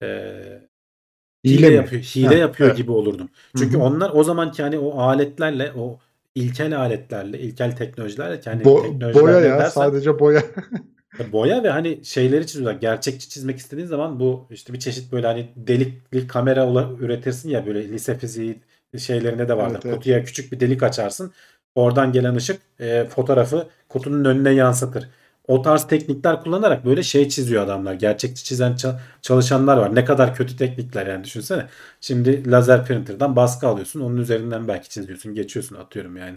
Hile mi? Hile Heh, yapıyor evet. gibi olurdum. Hı Çünkü hı. onlar o zamanki hani o aletlerle, o ilkel aletlerle, ilkel teknolojilerle yani Boya teknolojiler ne ya. dersen Sadece boya. boya ve hani şeyleri çiziyorlar. Gerçekçi çizmek istediğin zaman bu işte bir çeşit böyle hani delikli kamera üretirsin ya böyle lise fiziği şeylerinde de vardır. Evet, evet. Kutuya küçük bir delik açarsın. Oradan gelen ışık fotoğrafı kutunun önüne yansıtır. o tarz teknikler kullanarak böyle şey çiziyor adamlar. Gerçekçi çizen çalışanlar var. Ne kadar kötü teknikler yani, düşünsene. Şimdi lazer printer'dan baskı alıyorsun. Onun üzerinden belki çiziyorsun. Geçiyorsun, atıyorum yani.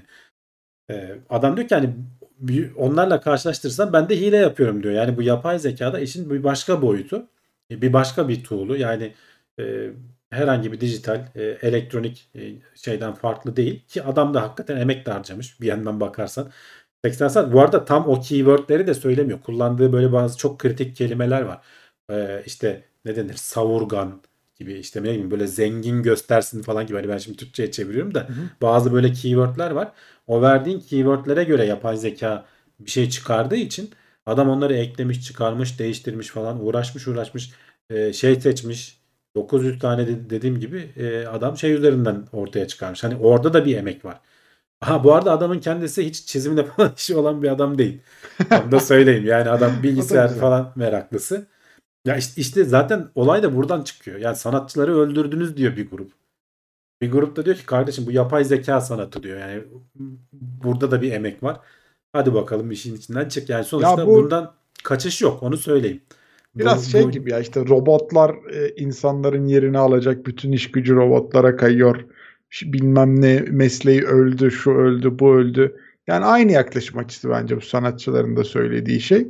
Adam diyor ki hani onlarla karşılaştırırsam ben de hile yapıyorum diyor. Yani bu yapay zekada işin bir başka boyutu. Bir başka bir tool'u. Yani e, herhangi bir dijital elektronik şeyden farklı değil. Ki adam da hakikaten emek de harcamış bir yandan bakarsan. 80 saat. Bu arada tam o keywordleri de söylemiyor. Kullandığı böyle bazı çok kritik kelimeler var. İşte ne denir? Savurgan gibi, işte ne bileyim böyle zengin göstersin falan gibi. Hani ben şimdi Türkçe'ye çeviriyorum da Hı hı. bazı böyle keywordler var. O verdiğin keywordlere göre yapay zeka bir şey çıkardığı için adam onları eklemiş, çıkarmış, değiştirmiş falan, uğraşmış, şey seçmiş. 900 tane dediğim gibi adam şey üzerinden ortaya çıkarmış. Hani orada da bir emek var. Aha, bu arada adamın kendisi hiç çizimle falan işi olan bir adam değil. Onu da söyleyeyim. Yani adam O da bilgisayar güzel. falan meraklısı. Ya işte zaten olay da buradan çıkıyor. Yani sanatçıları öldürdünüz diyor bir grup. Bir grup da diyor ki kardeşim bu yapay zeka sanatı diyor. Yani burada da bir emek var. Hadi bakalım işin içinden çık. Yani Ya sonuçta bu bundan kaçış yok. Onu söyleyeyim. biraz Bu, şey bu gibi ya, işte robotlar insanların yerini alacak, bütün iş gücü robotlara kayıyor. Bilmem ne mesleği öldü, şu öldü, bu öldü. Yani aynı yaklaşım açısı bence bu sanatçıların da söylediği şey.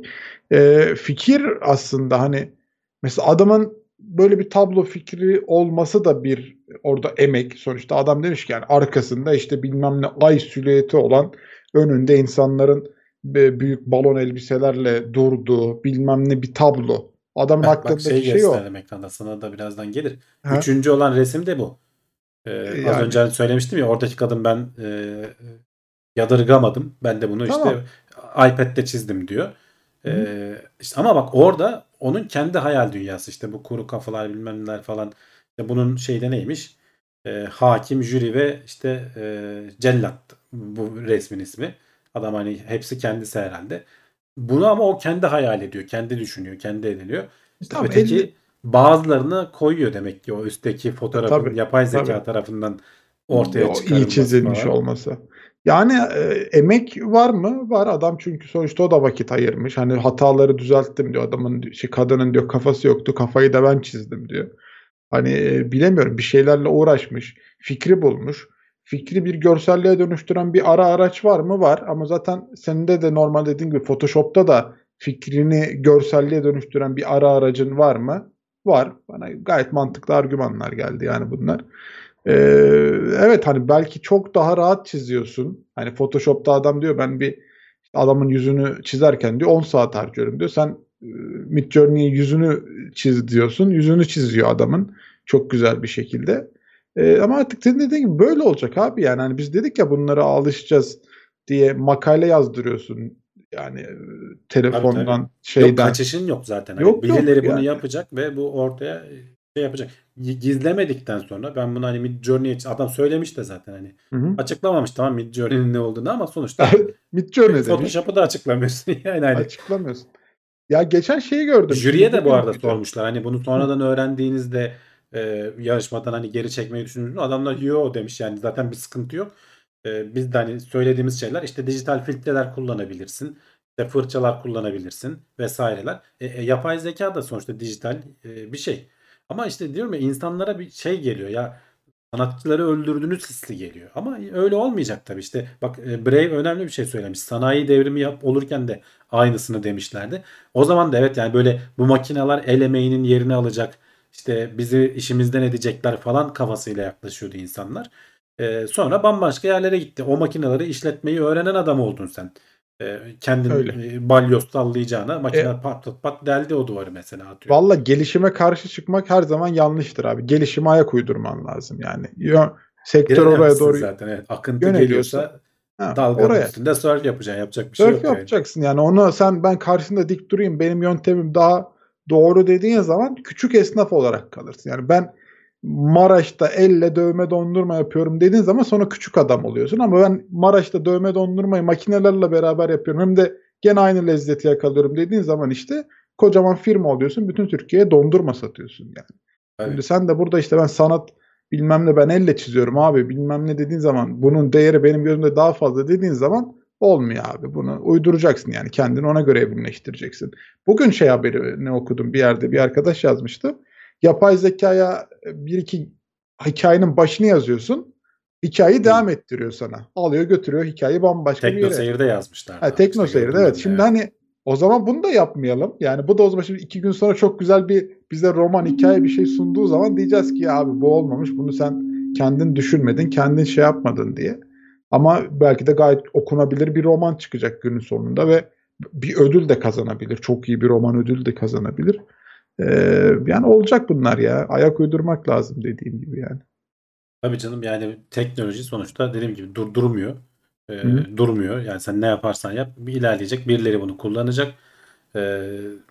Fikir aslında hani mesela adamın böyle bir tablo fikri olması da bir orada emek. Sonuçta adam demiş ki yani arkasında işte bilmem ne ay silüeti olan, önünde insanların büyük balon elbiselerle durduğu bilmem ne bir tablo. Adamın bak aklındaki şeyi şey o. gösterdim ekranda. Sana da birazdan gelir. Ha? Üçüncü olan resim de bu. Az önce Yani hani söylemiştim ya, oradaki kadın ben yadırgamadım. Ben de bunu işte tamam. iPad'de çizdim diyor. Hı-hı. İşte ama bak orada onun kendi hayal dünyası, işte bu kuru kafalar bilmem neler falan. İşte bunun şeyde neymiş? Hakim, jüri ve işte cellat, bu resmin ismi. Adam hani hepsi kendisi herhalde. Bunu ama o kendi hayal ediyor, kendi düşünüyor, kendi ediliyor. İşte Tamam, öteki bazılarını koyuyor demek ki o üstteki tabii fotoğrafın yapay tabii. zeka tarafından ortaya O iyi çıkarılması çizilmiş falan. olması. Yani emek var mı? Var. Adam çünkü sonuçta o da vakit ayırmış. Hani hataları düzelttim diyor. Adamın şey, kadının diyor kafası yoktu. Kafayı da ben çizdim diyor. Hani bilemiyorum, bir şeylerle uğraşmış. Fikri bulmuş. Fikri bir görselliğe dönüştüren bir ara araç var mı? Var. Ama zaten senin de normal dediğin gibi Photoshop'ta da fikrini görselliğe dönüştüren bir ara aracın var mı? Var. Bana gayet mantıklı argümanlar geldi yani bunlar. Ee, evet, hani belki çok daha rahat çiziyorsun. Hani Photoshop'ta adam diyor ben bir adamın yüzünü çizerken diyor 10 saat harcıyorum diyor. Sen Midjourney'e yüzünü çiz diyorsun. Yüzünü çiziyor adamın çok güzel bir şekilde. Ama artık senin dediğin gibi böyle olacak abi. Yani hani biz dedik ya bunlara alışacağız diye makale yazdırıyorsun. Yani Tabii tabii. telefondan Yok, şeyden. kaçışın yok zaten. Hani Yok yok birileri bunu yani. yapacak ve bu ortaya şey yapacak. Gizlemedikten sonra ben bunu hani Midjourney'e adam söylemiş de zaten hani Hı hı. açıklamamış tamam Midjourney'nin ne olduğunu, ama sonuçta Midjourney demiş. Photoshop'u da açıklamıyorsun yani hani. Açıklamıyorsun. Ya geçen şeyi gördüm Jüriye şimdi de bu bugün arada müydü? sormuşlar. Hani bunu Hı. sonradan öğrendiğinizde yarışmadan hani geri çekmeyi düşündünüz mü? Adamlar yo demiş, yani zaten bir sıkıntı yok. Biz de hani söylediğimiz şeyler işte dijital filtreler kullanabilirsin. İşte fırçalar kullanabilirsin vesaireler. Yapay zeka da sonuçta dijital bir şey. Ama işte diyorum ya, insanlara bir şey geliyor ya, sanatçıları öldürdüğünüz hissi geliyor. Ama öyle olmayacak tabii. İşte bak Brave önemli bir şey söylemiş. Sanayi devrimi olurken de aynısını demişlerdi. O zaman da evet, yani böyle bu makineler el emeğinin yerini alacak, işte bizi işimizden edecekler falan kafasıyla yaklaşıyordu insanlar. Sonra bambaşka yerlere gitti. O makineleri işletmeyi öğrenen adam oldun sen. Kendin Öyle. balyoz sallayacağına E, makine pat pat pat deldi o duvarı mesela, atıyorum. Valla gelişime karşı çıkmak her zaman yanlıştır abi. Gelişime ayak uydurman lazım yani. Sektör oraya Diremezsin doğru zaten, evet. Akıntı yöneliyorsa geliyorsa dalganın oraya. üstünde surf yapacaksın. Yapacak bir şey Sörf yok yani. yapacaksın yani, onu sen ben karşında dik durayım benim yöntemim daha doğru dediğin zaman küçük esnaf olarak kalırsın. Yani ben Maraş'ta elle dövme dondurma yapıyorum dediğin zaman sonra küçük adam oluyorsun, ama ben Maraş'ta dövme dondurmayı makinelerle beraber yapıyorum hem de gene aynı lezzeti yakalıyorum dediğin zaman işte kocaman firma oluyorsun, bütün Türkiye'ye dondurma satıyorsun yani. Şimdi Tabii. sen de burada işte ben sanat bilmem ne, ben elle çiziyorum abi bilmem ne dediğin zaman bunun değeri benim gözümde daha fazla dediğin zaman Olmuyor abi. Bunu uyduracaksın yani. Kendini ona göre evrimleştireceksin. Bugün şey haberini okudum bir yerde. Bir arkadaş yazmıştı. Yapay zekaya bir iki hikayenin başını yazıyorsun. Hikayeyi Hı. devam ettiriyor sana. Alıyor götürüyor hikayeyi bambaşka bir Tekno yere. Seyir'de yazmışlardı Ha, abi. İşte Tekno Seyir'de gördüm evet. ben de. Şimdi Evet. hani o zaman bunu da yapmayalım. Yani bu da o zaman şimdi 2 gün sonra çok güzel bir bize roman, hikaye bir şey sunduğu zaman diyeceğiz ki ya abi bu olmamış. Bunu sen kendin düşünmedin, kendin şey yapmadın diye. Ama belki de gayet okunabilir bir roman çıkacak günün sonunda ve bir ödül de kazanabilir. Çok iyi bir roman ödül de kazanabilir. Yani olacak bunlar ya. Ayak uydurmak lazım dediğim gibi yani. Tabii canım, yani teknoloji sonuçta dediğim gibi durmuyor. Hı. Durmuyor. Yani sen ne yaparsan yap ilerleyecek. Birileri bunu kullanacak. Ee,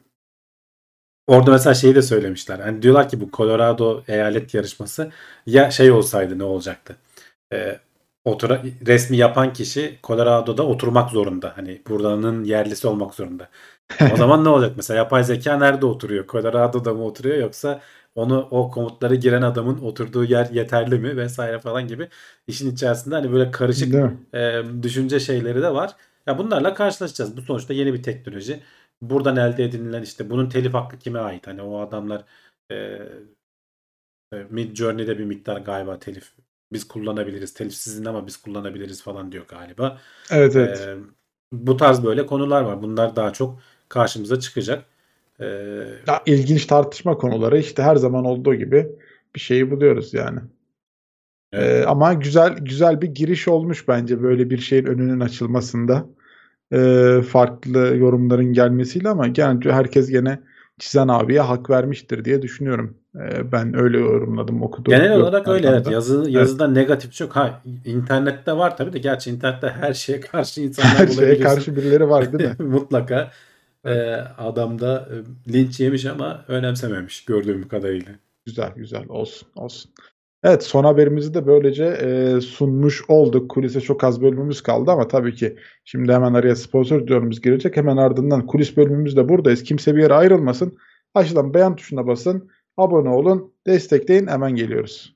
Orada mesela şeyi de söylemişler. Hani diyorlar ki bu Colorado eyalet yarışması ya şey olsaydı ne olacaktı? Ee, Resmi yapan kişi Colorado'da oturmak zorunda. Hani buranın yerlisi olmak zorunda. O zaman ne olacak mesela? Yapay zeka nerede oturuyor? Colorado'da mı oturuyor, yoksa o komutları giren adamın oturduğu yer yeterli mi vesaire falan gibi işin içerisinde hani böyle karışık Değil mi? düşünce şeyleri de var. Ya bunlarla karşılaşacağız. Bu sonuçta yeni bir teknoloji. Buradan elde edinilen işte bunun telif hakkı kime ait? Hani o adamlar e, Midjourney'de bir miktar galiba telif biz kullanabiliriz. Telif sizin ama biz kullanabiliriz falan diyor galiba. Evet evet. E, Bu tarz böyle konular var. Bunlar daha çok karşımıza çıkacak. E, Ya, ilginç tartışma konuları işte her zaman olduğu gibi bir şeyi buluyoruz yani. evet. Ama güzel bir giriş olmuş bence böyle bir şeyin önünün açılmasında. Farklı yorumların gelmesiyle ama genelde herkes gene çizen abiye hak vermiştir diye düşünüyorum. Ben öyle yorumladım okuduğum Genel olarak öyle, yorumlardan evet. da. Evet. Yazıda negatif çok. Ha, internette var tabii de, gerçi internette her şeye karşı insanlar Her şeye bulabiliyorsun. karşı birileri var değil mi? Mutlaka. Evet. Adam da linç yemiş ama önemsememiş gördüğüm kadarıyla. Güzel olsun. Evet, son haberimizi de böylece sunmuş olduk. Kulise çok az bölümümüz kaldı ama tabii ki şimdi hemen araya sponsor diyorumuz girecek. Hemen ardından kulis bölümümüzde buradayız. Kimse bir yere ayrılmasın. Aşağıdan beğen tuşuna basın. Abone olun. Destekleyin. Hemen geliyoruz.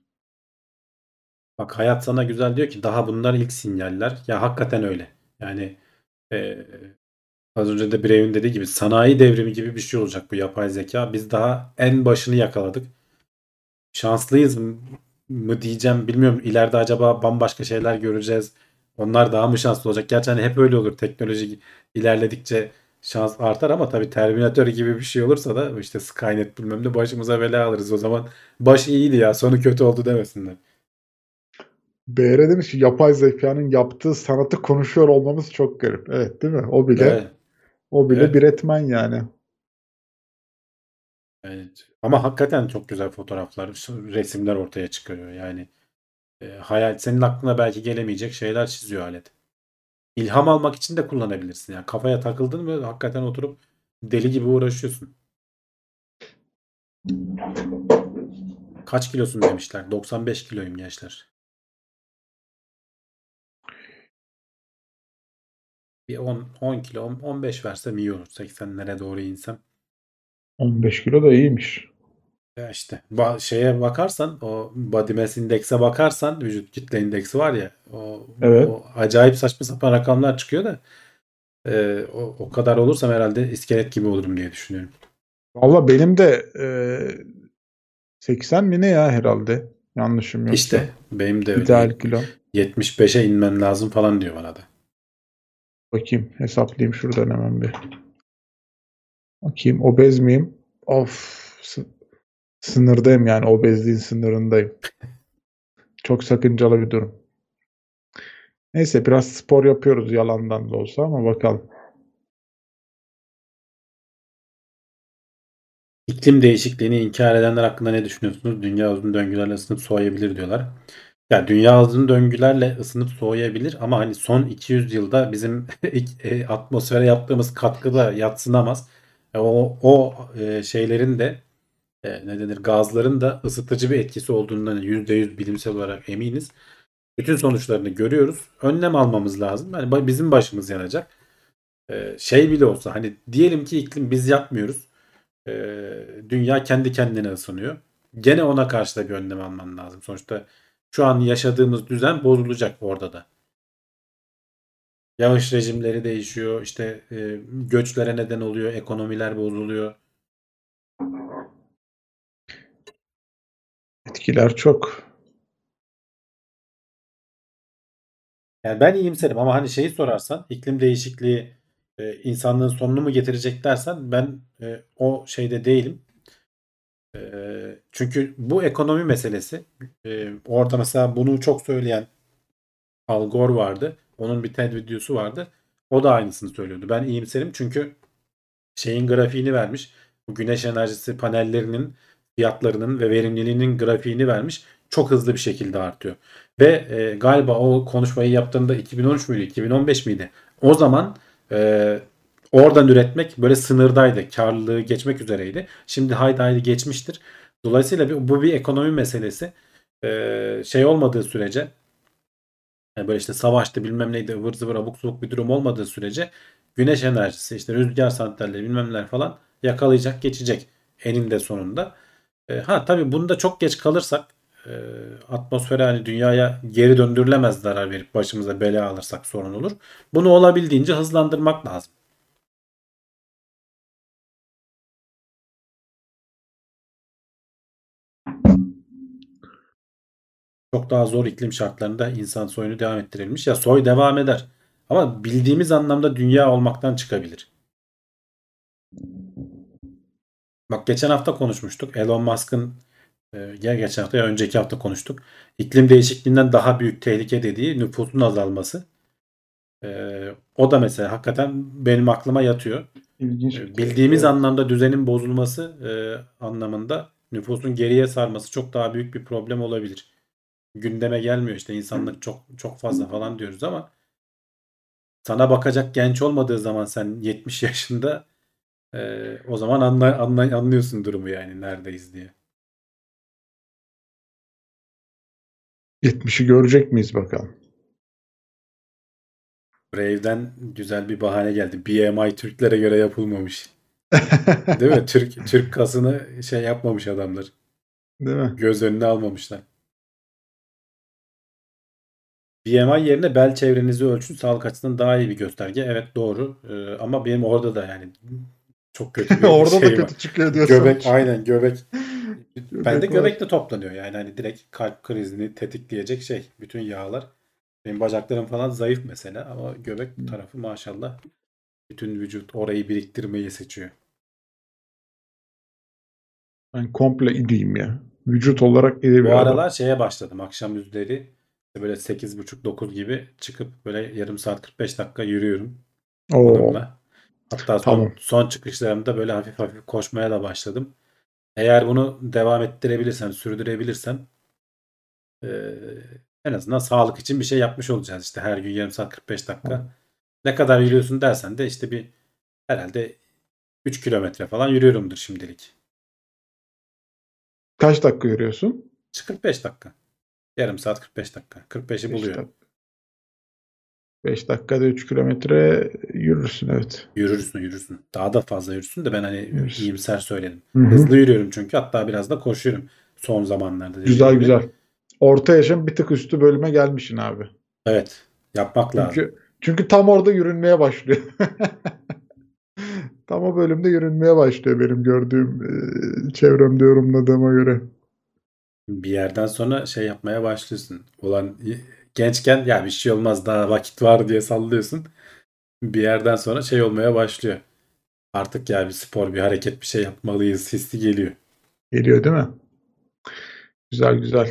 Bak, hayat sana güzel diyor ki daha bunlar ilk sinyaller. Ya hakikaten öyle. Yani e, az önce de Brev'in dediği gibi sanayi devrimi gibi bir şey olacak bu yapay zeka. Biz daha en başını yakaladık. Şanslıyız mı diyeceğim bilmiyorum. İleride acaba bambaşka şeyler göreceğiz. Onlar daha mı şanslı olacak? Gerçi hani hep öyle olur. Teknoloji ilerledikçe şans artar ama tabii Terminator gibi bir şey olursa da işte Skynet bilmem ne başımıza bela alırız. O zaman baş iyiydi ya, sonu kötü oldu demesinler. BR demiş ki yapay zekanın yaptığı sanatı konuşuyor olmamız çok garip. Evet, değil mi? Evet. O bile bir Evet. etmen yani. Evet. Ama hakikaten çok güzel fotoğraflar, resimler ortaya çıkıyor. Yani hayal senin aklına belki gelemeyecek şeyler çiziyor alet. İlham almak için de kullanabilirsin. Yani kafaya takıldın mı hakikaten oturup deli gibi uğraşıyorsun. Kaç kilosun demişler. 95 kiloyum gençler. Bir 10 kilo 15 versem iyi olur. 80'lere doğru insem. 15 kilo da iyiymiş. Ya işte şeye bakarsan, o body mass index'e bakarsan, vücut kitle indeksi var ya, Evet. o acayip saçma sapan rakamlar çıkıyor da o kadar olursam herhalde iskelet gibi olurum diye düşünüyorum. Valla benim de 80 mi ne ya herhalde. Yanlışım yoksa. İşte benim de öyle İdeal kilo. 75'e inmen lazım falan diyor bana da. Bakayım hesaplayayım şuradan hemen bir. Bakayım obez miyim? Of, sınırdayım yani obezliğin sınırındayım. Çok sakıncalı bir durum. Neyse biraz spor yapıyoruz yalandan da olsa ama bakalım. İklim değişikliğini inkar edenler hakkında ne düşünüyorsunuz? Dünya uzun döngülerle ısınıp soğuyabilir diyorlar. Ya dünya uzun döngülerle ısınıp soğuyabilir ama hani son 200 yılda bizim atmosfere yaptığımız katkı da yadsınamaz. Şeylerin de ne denir, gazların da ısıtıcı bir etkisi olduğundan %100 bilimsel olarak eminiz. Bütün sonuçlarını görüyoruz. Önlem almamız lazım. Yani bizim başımız yanacak. Şey bile olsa, hani diyelim ki iklim biz yapmıyoruz. Dünya kendi kendine ısınıyor. Gene ona karşı da bir önlem alman lazım. Sonuçta şu an yaşadığımız düzen bozulacak orada da. Yağış rejimleri değişiyor. İşte göçlere neden oluyor. Ekonomiler bozuluyor. Etkiler çok. Yani ben iyimserim ama hani şeyi sorarsan iklim değişikliği insanlığın sonunu mu getirecek dersen ben o şeyde değilim. Çünkü bu ekonomi meselesi. Orada mesela bunu çok söyleyen Al Gore vardı. Onun bir TED videosu vardı. O da aynısını söylüyordu. Ben iyimserim çünkü şeyin grafiğini vermiş. Bu güneş enerjisi panellerinin fiyatlarının ve verimliliğinin grafiğini vermiş. Çok hızlı bir şekilde artıyor. Ve galiba o konuşmayı yaptığında 2013 müydü, 2015 miydi? O zaman oradan üretmek böyle sınırdaydı. Karlılığı geçmek üzereydi. Şimdi haydi haydi geçmiştir. Dolayısıyla bu bir ekonomi meselesi. Şey olmadığı sürece yani böyle işte savaştı bilmem neydi ıvır zıvır abuk subuk bir durum olmadığı sürece güneş enerjisi işte rüzgar santralleri bilmem neler falan yakalayacak geçecek eninde sonunda. Ha tabii bunda çok geç kalırsak e, atmosfere hani dünyaya geri döndürülemez zarar verip başımıza bela alırsak sorun olur. Bunu olabildiğince hızlandırmak lazım. Çok daha zor iklim şartlarında insan soyunu devam ettirilmiş. Ya soy devam eder. Ama bildiğimiz anlamda dünya olmaktan çıkabilir. Bak geçen hafta konuşmuştuk. Elon Musk'ın ya geçen hafta ya önceki hafta konuştuk. İklim değişikliğinden daha büyük tehlike dediği nüfusun azalması. O da mesela hakikaten benim aklıma yatıyor. İlginç bir Bildiğimiz evet. anlamda düzenin bozulması anlamında nüfusun geriye sarması çok daha büyük bir problem olabilir. Gündeme gelmiyor işte insanlık çok çok fazla falan diyoruz ama sana bakacak genç olmadığı zaman sen 70 yaşında o zaman anlıyorsun durumu yani neredeyiz diye. 70'i görecek miyiz bakalım. Brave'den güzel bir bahane geldi. BMI Türklere göre yapılmamış. Değil mi? Türk kasını şey yapmamış adamlar. Değil mi? Göz önüne almamışlar. BMI yerine bel çevrenizi ölçün sağlık açısından daha iyi bir gösterge. Evet doğru. Ama benim orada da yani çok kötü bir Orada da şey var. kötü çıkıyor diyorsun. Göbek aynen göbek. Bende Göbek var. göbek de toplanıyor. Yani hani direkt kalp krizini tetikleyecek şey. Bütün yağlar. Benim bacaklarım falan zayıf mesela ama göbek tarafı maşallah bütün vücut orayı biriktirmeyi seçiyor. Ben komple ideyim ya. Vücut olarak iri bir Bu adam. aralar şeye başladım. Akşam üzeri işte böyle 8.30-9 gibi çıkıp böyle yarım saat 45 dakika yürüyorum Oo, onunla. Hatta son tamam. son çıkışlarımda böyle hafif hafif koşmaya da başladım. Eğer bunu devam ettirebilirsem, sürdürebilirsem en azından sağlık için bir şey yapmış olacağız. İşte her gün yarım saat 45 dakika. Ne kadar yürüyorsun dersen de işte bir herhalde 3 kilometre falan yürüyorumdur şimdilik. Kaç dakika yürüyorsun? 45 dakika. Yarım saat 45 dakika. 45'i 5 buluyor. dakika. 5 dakikada 3 kilometre yürürsün evet. Yürürsün. Daha da fazla yürürsün de ben hani Yürürsün. iyimser söyledim. Hı hı. Hızlı yürüyorum çünkü hatta biraz da koşuyorum son zamanlarda dediğim Güzel gibi. güzel. Orta yaşam bir tık üstü bölüme gelmişsin abi. Evet. Yapmak lazım. Çünkü tam orada yürünmeye başlıyor. Tam o bölümde yürünmeye başlıyor benim gördüğüm, çevremde yorumladığıma göre. Bir yerden sonra şey yapmaya başlıyorsun. Gençken ya bir şey olmaz daha vakit var diye sallıyorsun. Bir yerden sonra şey olmaya başlıyor. Artık ya bir spor, bir hareket, bir şey yapmalıyız hissi geliyor. Geliyor değil mi? Güzel güzel.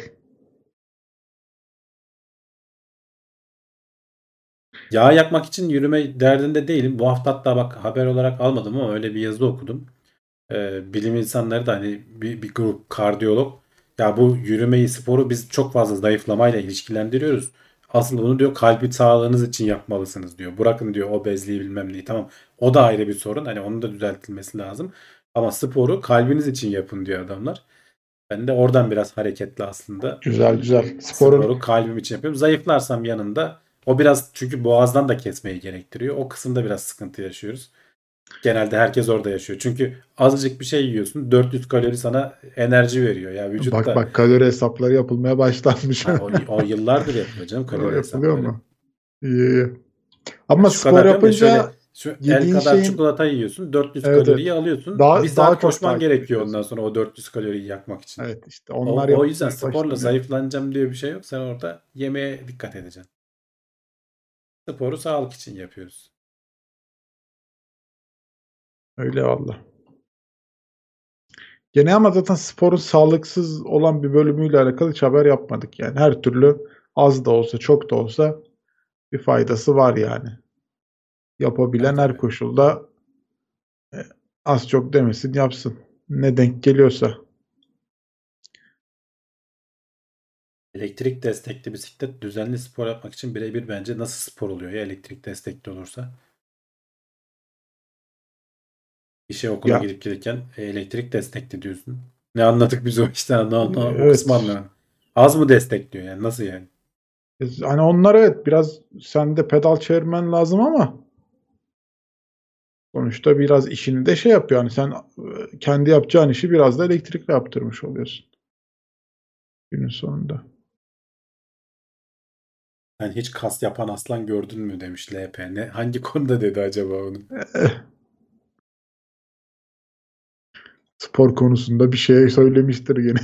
Yağ yakmak için yürüme derdinde değilim. Bu hafta hatta bak haber olarak almadım ama öyle bir yazı okudum. Bilim insanları da hani bir grup kardiyolog ya bu yürümeyi sporu biz çok fazla zayıflamayla ilişkilendiriyoruz. Aslında bunu diyor kalbi sağlığınız için yapmalısınız diyor. Bırakın diyor obezliği bilmem neyi tamam. O da ayrı bir sorun. Hani onun da düzeltilmesi lazım. Ama sporu kalbiniz için yapın diyor adamlar. Ben de oradan biraz hareketli aslında. Güzel güzel. Sporu kalbim için yapıyorum. Zayıflarsam yanında o biraz çünkü boğazdan da kesmeyi gerektiriyor. O kısımda biraz sıkıntı yaşıyoruz. Genelde herkes orada yaşıyor. Çünkü azıcık bir şey yiyorsun. 400 kalori sana enerji veriyor. Ya Bak vücutta bak kalori hesapları yapılmaya başlanmış. o yıllardır yapıyor canım O kalori yapılıyor hesapları. mu? İyi iyi. Ama Şu spor kadar diyorum ya, şöyle yapınca şu el yediğin kadar şeyin çikolata yiyorsun. 400 evet kaloriyi evet alıyorsun. Bir daha saat çok koşman gerekiyor ondan takipleşiyorsun. sonra o 400 kaloriyi yakmak için. Evet işte onlar O yüzden yapmaya sporla başlayınca zayıflanacağım diye bir şey yok. Sen orada yemeğe dikkat edeceksin. Sporu sağlık için yapıyoruz. öyle valla. Gene ama zaten sporun sağlıksız olan bir bölümüyle alakalı hiç haber yapmadık yani. Her türlü az da olsa çok da olsa bir faydası var yani. Tabii Yapabilen her tabii. koşulda e, az çok demesin yapsın. Ne denk geliyorsa. Elektrik destekli bisiklet düzenli spor yapmak için birebir bence nasıl spor oluyor ya elektrik destekli olursa. İşe okula Ya gidip gelirken elektrik destekli diyorsun. Ne anladık biz o işten? O kısmı evet. anlamadım. Az mı destekliyor yani? Nasıl yani? Hani onlar evet biraz sende pedal çevirmen lazım ama sonuçta biraz işini de şey yapıyor. Yani sen kendi yapacağın işi biraz da elektrikle yaptırmış oluyorsun günün sonunda. Sen hiç kas yapan aslan gördün mü demiş LP. Ne, hangi konuda dedi acaba onu? Eh, spor konusunda bir şey söylemiştir gene.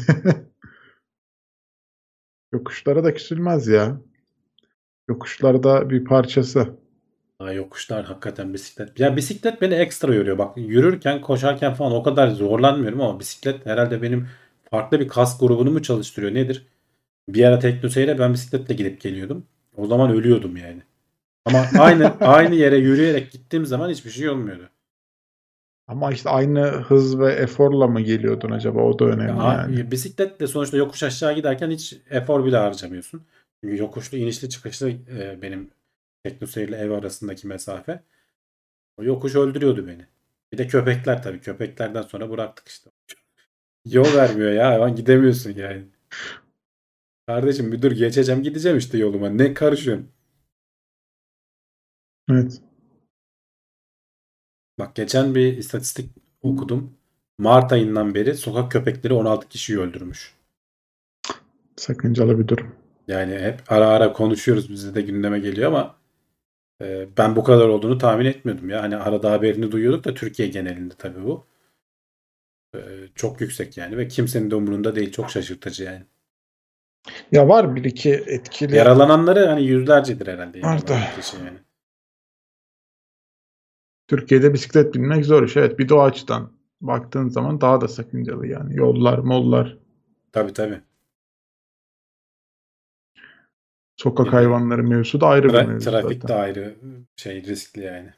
Yokuşlara da küsülmez ya. Yokuşlarda bir parçası. Aa, yokuşlar hakikaten bisiklet. Ya bisiklet beni ekstra yoruyor. Bak yürürken, koşarken falan o kadar zorlanmıyorum ama bisiklet herhalde benim farklı bir kas grubunu mu çalıştırıyor nedir? Bir ara teknoseyre ben bisikletle gidip geliyordum. O zaman ölüyordum yani. Ama aynı yere yürüyerek gittiğim zaman hiçbir şey olmuyordu. Ama işte aynı hız ve eforla mı geliyordun acaba? O da Ya, önemli yani. bisikletle sonuçta yokuş aşağı giderken hiç efor bile harcamıyorsun. Çünkü yokuşlu, inişli, çıkışlı benim teknoseyirle ev arasındaki mesafe. O yokuş öldürüyordu beni. Bir de köpekler tabii. Köpeklerden sonra bıraktık işte. Yol vermiyor ya. Hayvan gidemiyorsun yani. Kardeşim bir dur geçeceğim gideceğim işte yoluma. Ne karışıyorsun? Evet. Bak geçen bir istatistik okudum. Mart ayından beri sokak köpekleri 16 kişiyi öldürmüş. Sakıncalı bir durum. Yani hep ara ara konuşuyoruz bizde de gündeme geliyor ama ben bu kadar olduğunu tahmin etmiyordum ya. Hani arada haberini duyuyorduk da Türkiye genelinde tabii bu. E, Çok yüksek yani ve kimsenin de umurunda değil. Çok şaşırtıcı yani. Ya var bir iki etkili Yaralananları hani yüzlercedir herhalde var da. yaralanan kişi yani. Türkiye'de bisiklet binmek zor iş. Evet bir de o açıdan baktığın zaman daha da sakıncalı yani. Yollar, mollar, Tabii tabii. sokak Bir de hayvanları mevzusu da ayrı bir mevzu trafik zaten. de ayrı şey riskli yani.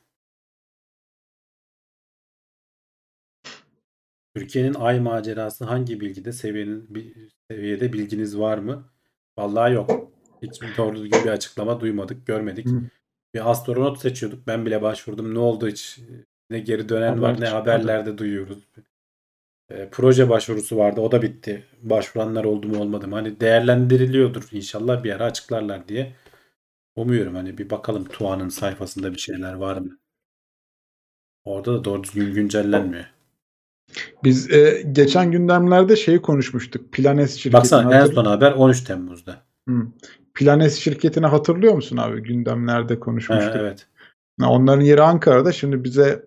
Türkiye'nin ay macerası hangi seviyede bilginiz var mı? Vallahi yok. Hiç doğru düzgün bir açıklama duymadık, görmedik. Hı, Bir astronot seçiyorduk. Ben bile başvurdum. Ne oldu hiç? Ne geri dönen var, haber ne çıkmadı. haberlerde duyuyoruz. Proje başvurusu vardı. O da bitti. Başvuranlar oldu mu olmadı mı? Hani değerlendiriliyordur. İnşallah bir ara açıklarlar diye umuyorum. Hani bir bakalım TUA'nın sayfasında bir şeyler var mı? Orada da doğru düzgün güncellenmiyor. Biz geçen gündemlerde şeyi konuşmuştuk. Planes şirketini Baksana en son haber 13 Temmuz'da. Hı. Planes şirketini hatırlıyor musun abi? Gündemlerde konuşmuştuk. Evet. Onların yeri Ankara'da. Şimdi bize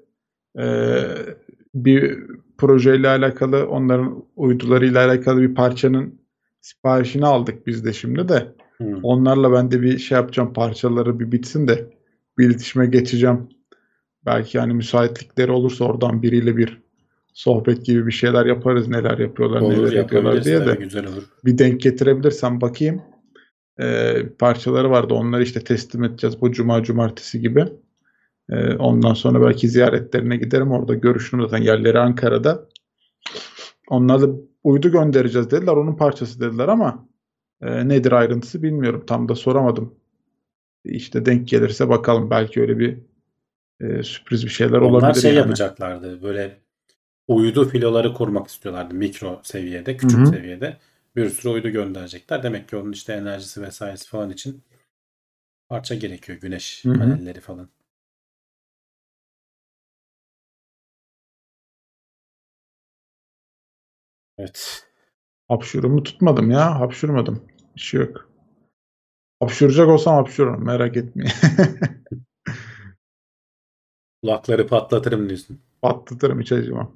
bir projeyle alakalı, onların uydularıyla alakalı bir parçanın siparişini aldık biz de şimdi de. Hı. Onlarla ben de bir şey yapacağım, parçaları bir bitsin de bir iletişime geçeceğim. Belki hani müsaitlikleri olursa oradan biriyle bir sohbet gibi bir şeyler yaparız. Neler yapıyorlar, Olur neler ediyorlar yapabiliriz diye tabii de güzel olur. bir denk getirebilirsem bakayım. Parçaları vardı. Onları işte teslim edeceğiz bu cuma, cumartesi gibi. Ondan sonra belki ziyaretlerine giderim. Orada görüşürüm zaten. Yerleri Ankara'da. Onlarla uydu göndereceğiz dediler. Onun parçası dediler ama nedir ayrıntısı bilmiyorum. Tam da soramadım. İşte denk gelirse bakalım. Belki öyle bir sürpriz bir şeyler Onlar olabilir şey yani. yapacaklardı. Böyle uydu filoları kurmak istiyorlardı mikro seviyede, Hı küçük hı. seviyede. Bir sürü uydu gönderecekler. Demek ki onun işte enerjisi vesairesi falan için parça gerekiyor. Güneş Hı hı. panelleri falan. Evet. Hapşurumu tutmadım ya. Hapşurmadım. Bir şey yok. Hapşuracak olsam hapşururum. Merak etmeyin. Kulakları patlatırım diyorsun. Patlatırım, hiç acımam.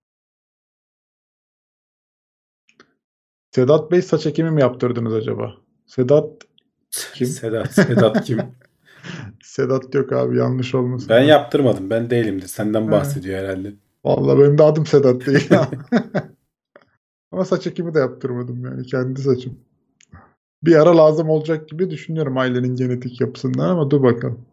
Sedat Bey saç ekimi mi yaptırdınız acaba? Sedat kim? Sedat kim? Sedat yok abi, yanlış olmasın. Ben yaptırmadım. Ben değilimdir. Senden He. bahsediyor herhalde. Vallahi benim de adım Sedat değil. Ama saç ekimi de yaptırmadım yani, kendi saçım. Bir ara lazım olacak gibi düşünüyorum ailenin genetik yapısından, ama dur bakalım.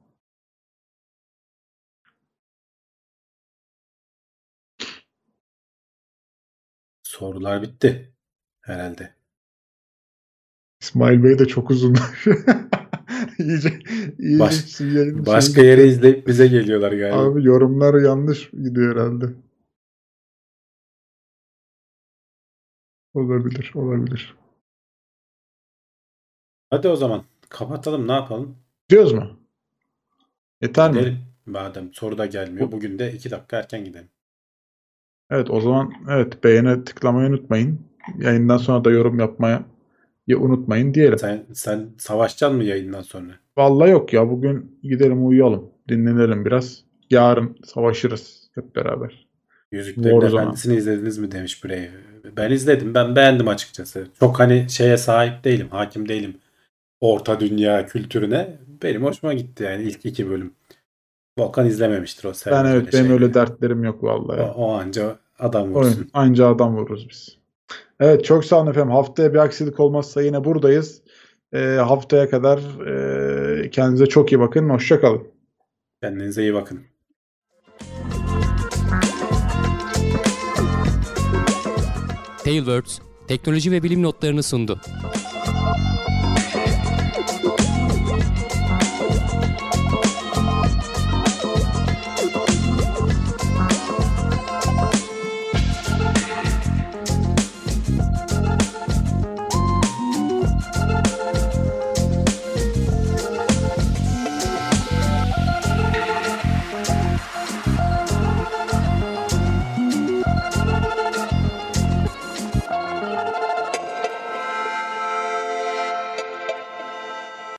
Sorular bitti herhalde. İsmail Bey de çok uzun. İyice yayın Başka yere izleyip bize geliyorlar galiba. Abi yorumlar yanlış gidiyor herhalde. Olabilir. Hadi o zaman kapatalım, ne yapalım? Diyoruz mu? Yeter mi? Gidelim. Madem soru da gelmiyor. Bugün de 2 dakika erken gidelim. Evet, o zaman beğene tıklamayı unutmayın. Yayından sonra da yorum yapmayı unutmayın diyelim. Sen savaşacaksın mı yayından sonra? Vallahi yok ya, bugün gidelim uyuyalım. Dinlenelim biraz. Yarın savaşırız hep beraber. Yüzüklerin Warzone. Efendisi'ni izlediniz mi demiş Brave. Ben izledim. Ben beğendim açıkçası. Çok hani şeye sahip değilim. Hakim değilim. Orta dünya kültürüne. Benim hoşuma gitti yani ilk 2 bölüm. Volkan izlememiştir, o Ben sevmez öyle benim şeyleri. öyle dertlerim yok vallahi. O anca adam vursun. Anca adam vururuz biz. Evet, çok sağ olun efendim. Haftaya bir aksilik olmazsa yine buradayız. Haftaya kadar kendinize çok iyi bakın. Hoşça kalın. Kendinize iyi bakın. Tailwords teknoloji ve bilim notlarını sundu.